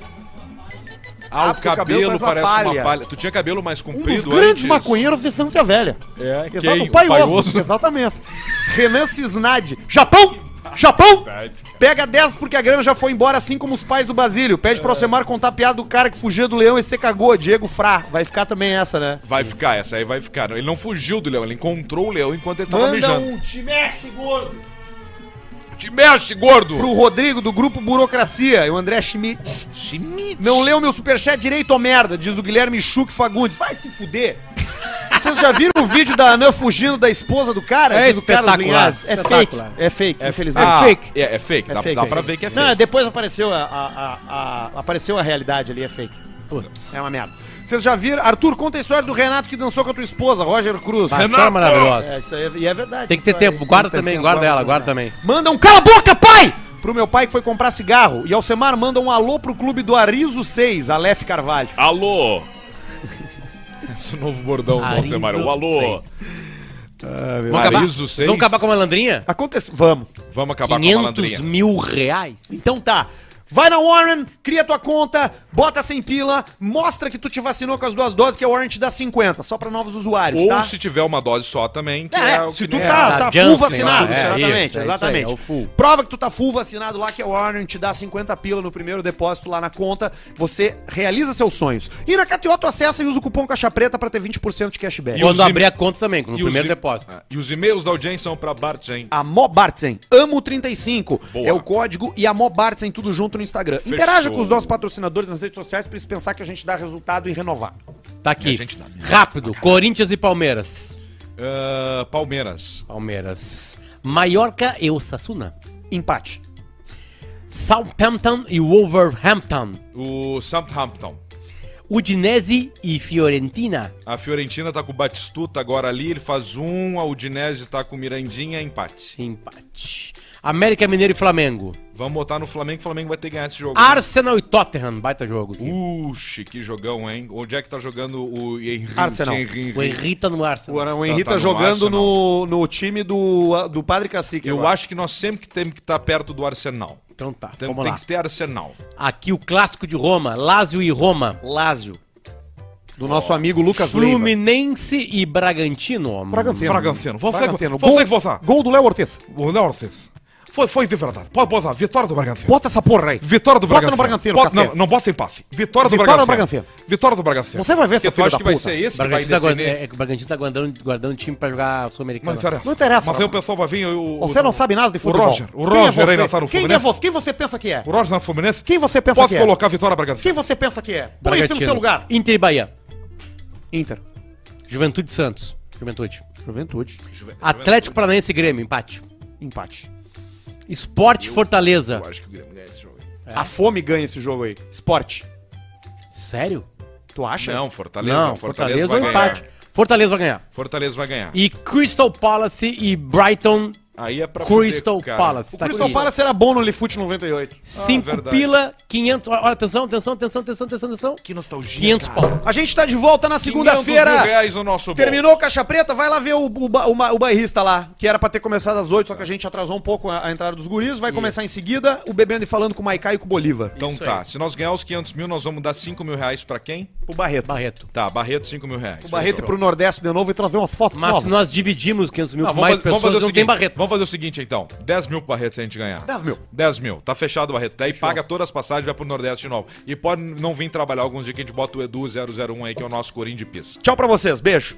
Ah, o porque o cabelo cabelo parece parece uma uma palha. palha. Tu tinha cabelo mais Um dos comprido grandes antes? maconheiros de Santa Velha. É, Exato, quem? o O Paioso. Paioso? Exatamente. Renan Cisnadi. Japão! Japão! Pega 10 porque a grana já foi embora, assim como os pais do Basílio. Pede pro Alcemar contar a piada do cara que fugia do leão e se cagou. Diego Frá. Vai ficar também essa, né? Vai ficar, essa aí vai ficar. Ele não fugiu do leão, ele encontrou o leão enquanto ele tava Manda mijando. um te mexe, gordo. Te mexe, gordo! Pro Rodrigo, do grupo Burocracia, e o André Schmidt. Não leu meu superchat direito, ô merda, diz o Guilherme Schuch Fagundes. Vai se fuder. Vocês já viram o vídeo da Anã fugindo da esposa do cara? É Diz o Carlos espetacular, Linhares. É fake. espetacular. É fake, infelizmente. Ah, fake. É fake, É dá, fake, dá é pra fake. ver que é fake. Não, depois apareceu apareceu a realidade ali, é fake. É uma merda. Vocês já viram? Arthur, conta a história do Renato que dançou com a tua esposa, Roger Cruz. A história maravilhosa. É, isso aí e é verdade. Tem que ter essa história tempo. aí. Guarda Tem também, tempo, guarda ela, guarda também. Manda um cala a boca, pai! Pro meu pai que foi comprar cigarro. E Alcemar manda um alô pro clube do Arizo 6, Aleph Carvalho. Alô? Esse novo bordão do Arizo Alcemar. O alô. Vamos acabar, Arizo 6. vamos acabar com a malandrinha? Acontece. Vamos. Vamos acabar com a 500 malandrinha. mil reais. Então tá. Vai na Warren, cria tua conta, bota 100 pila, mostra que tu te vacinou com as 2 doses, que a Warren te dá 50, só pra novos usuários, Ou tá? se tiver uma dose só também, que É, o se que tu nem tá da full Janssen vacinado, lá, é, exatamente, isso, é isso aí, exatamente. é o full. Prova que tu tá full vacinado lá, que a Warren te dá 50 pila no primeiro depósito lá na conta, você realiza seus sonhos. E na KTO tu acessa e usa o cupom Caixa Preta pra ter 20% de cashback. E os Quando e- abrir a conta também, no E os primeiro e- depósito. E os e-mails da audiência são pra Bartzen. A Mobartzen, amo35, Boa. é o código, e a Mobartzen tudo junto no Instagram. Fechou. Interaja com os nossos patrocinadores nas redes sociais pra eles pensar que a gente dá resultado e renovar. Tá A aqui. gente dá mesmo. Rápido. Corinthians e Palmeiras. Palmeiras. Palmeiras. Mallorca e Osasuna. Empate. Southampton e Wolverhampton. O Southampton. Udinese e Fiorentina. A Fiorentina tá com o Batistuta agora ali, ele faz 1. A Udinese tá com o Mirandinha, empate. Empate. América Mineiro e Flamengo. Vamos botar no Flamengo, o Flamengo vai ter que ganhar esse jogo. Arsenal e Tottenham, baita jogo. Uxi, que jogão, hein? Onde é que tá jogando o Henry? Arsenal. O Henry tá no Arsenal. O Henry tá no jogando Arsenal. no time do Padre Cacique. Eu agora. acho que nós sempre temos que estar perto do Arsenal. Então tá, Tem vamos lá. que ter Arsenal. Aqui o clássico de Roma, Lazio e Roma. Lázio. Do nosso amigo Lucas Leiva. Fluminense e Bragantino. Bragantino. Bragantino. Você que votar. Gol do Léo Ortiz. O Léo Ortiz. Foi de verdade. Pode botar. Vitória do Bragantino. Bota essa porra aí. Vitória do Bota Bragantino. no Bragantino, Bota, cacete. não bota empate. Vitória do Vitória do Bragantino. Bragantino. Vitória do Bragantino. Você vai ver, seu Porque eu filho acho da que vai puta. ser esse que vai Bragantino tá defender. o Bragantino tá guardando time pra jogar Sul-Americano. Não interessa. Não interessa. Mas aí o pessoal vai vir... Você não sabe nada de futebol. O Roger ainda tá no Quem é Fluminense. você? Quem você pensa que é? O Roger tá no Fluminense. Quem você pensa Posso que é? colocar Vitória Bragantino. Quem você pensa que é? Põe isso no seu lugar. Inter e Bahia. Inter. Juventude Santos. Juventude. Juventude. Atlético Paranaense e Grêmio, empate. Empate. Esporte Fortaleza. Eu acho que o Grêmio ganha esse jogo aí. A fome ganha esse jogo aí. Esporte. Sério? Tu acha? Não, Fortaleza. Não, Fortaleza Fortaleza vai ou ganhar. empate. Fortaleza vai ganhar. Fortaleza vai ganhar. E Crystal Palace e Brighton. Aí é pra Crystal fuder, cara. Palace. O Tá Crystal aqui. Palace era bom no Lifute 98. 5 verdade. pila, 500. Olha, atenção. Que nostalgia, 500 cara. pau. A gente tá de volta na 500 mil segunda-feira. reais no nosso bolso. Terminou o Caixa Preta, vai lá ver o bairrista lá, que era pra ter começado às 8, só que a gente atrasou um pouco a entrada dos guris. Vai começar em seguida o Bebendo e Falando com o Maiká e com o Bolívar. Então Isso tá, aí. se nós ganhar os 500 mil, nós vamos dar 5 mil reais pra quem? O Barreto. Barreto. Tá, Barreto, 5 mil reais. O Barreto ir pro Nordeste de novo e trazer umas fotos Mas se novas. nós dividimos 500 mil Não, com mais pessoas, não tem Barreto. Vamos fazer o seguinte, então. 10 mil pro Barreto se a gente ganhar. 10 mil. 10 mil. Tá fechado o Barreto. Daí paga todas as passagens e vai pro Nordeste de novo. E pode não vir trabalhar alguns dias que a gente bota o Edu 001 aí, que é o nosso corinho de pista. Tchau pra vocês, beijo.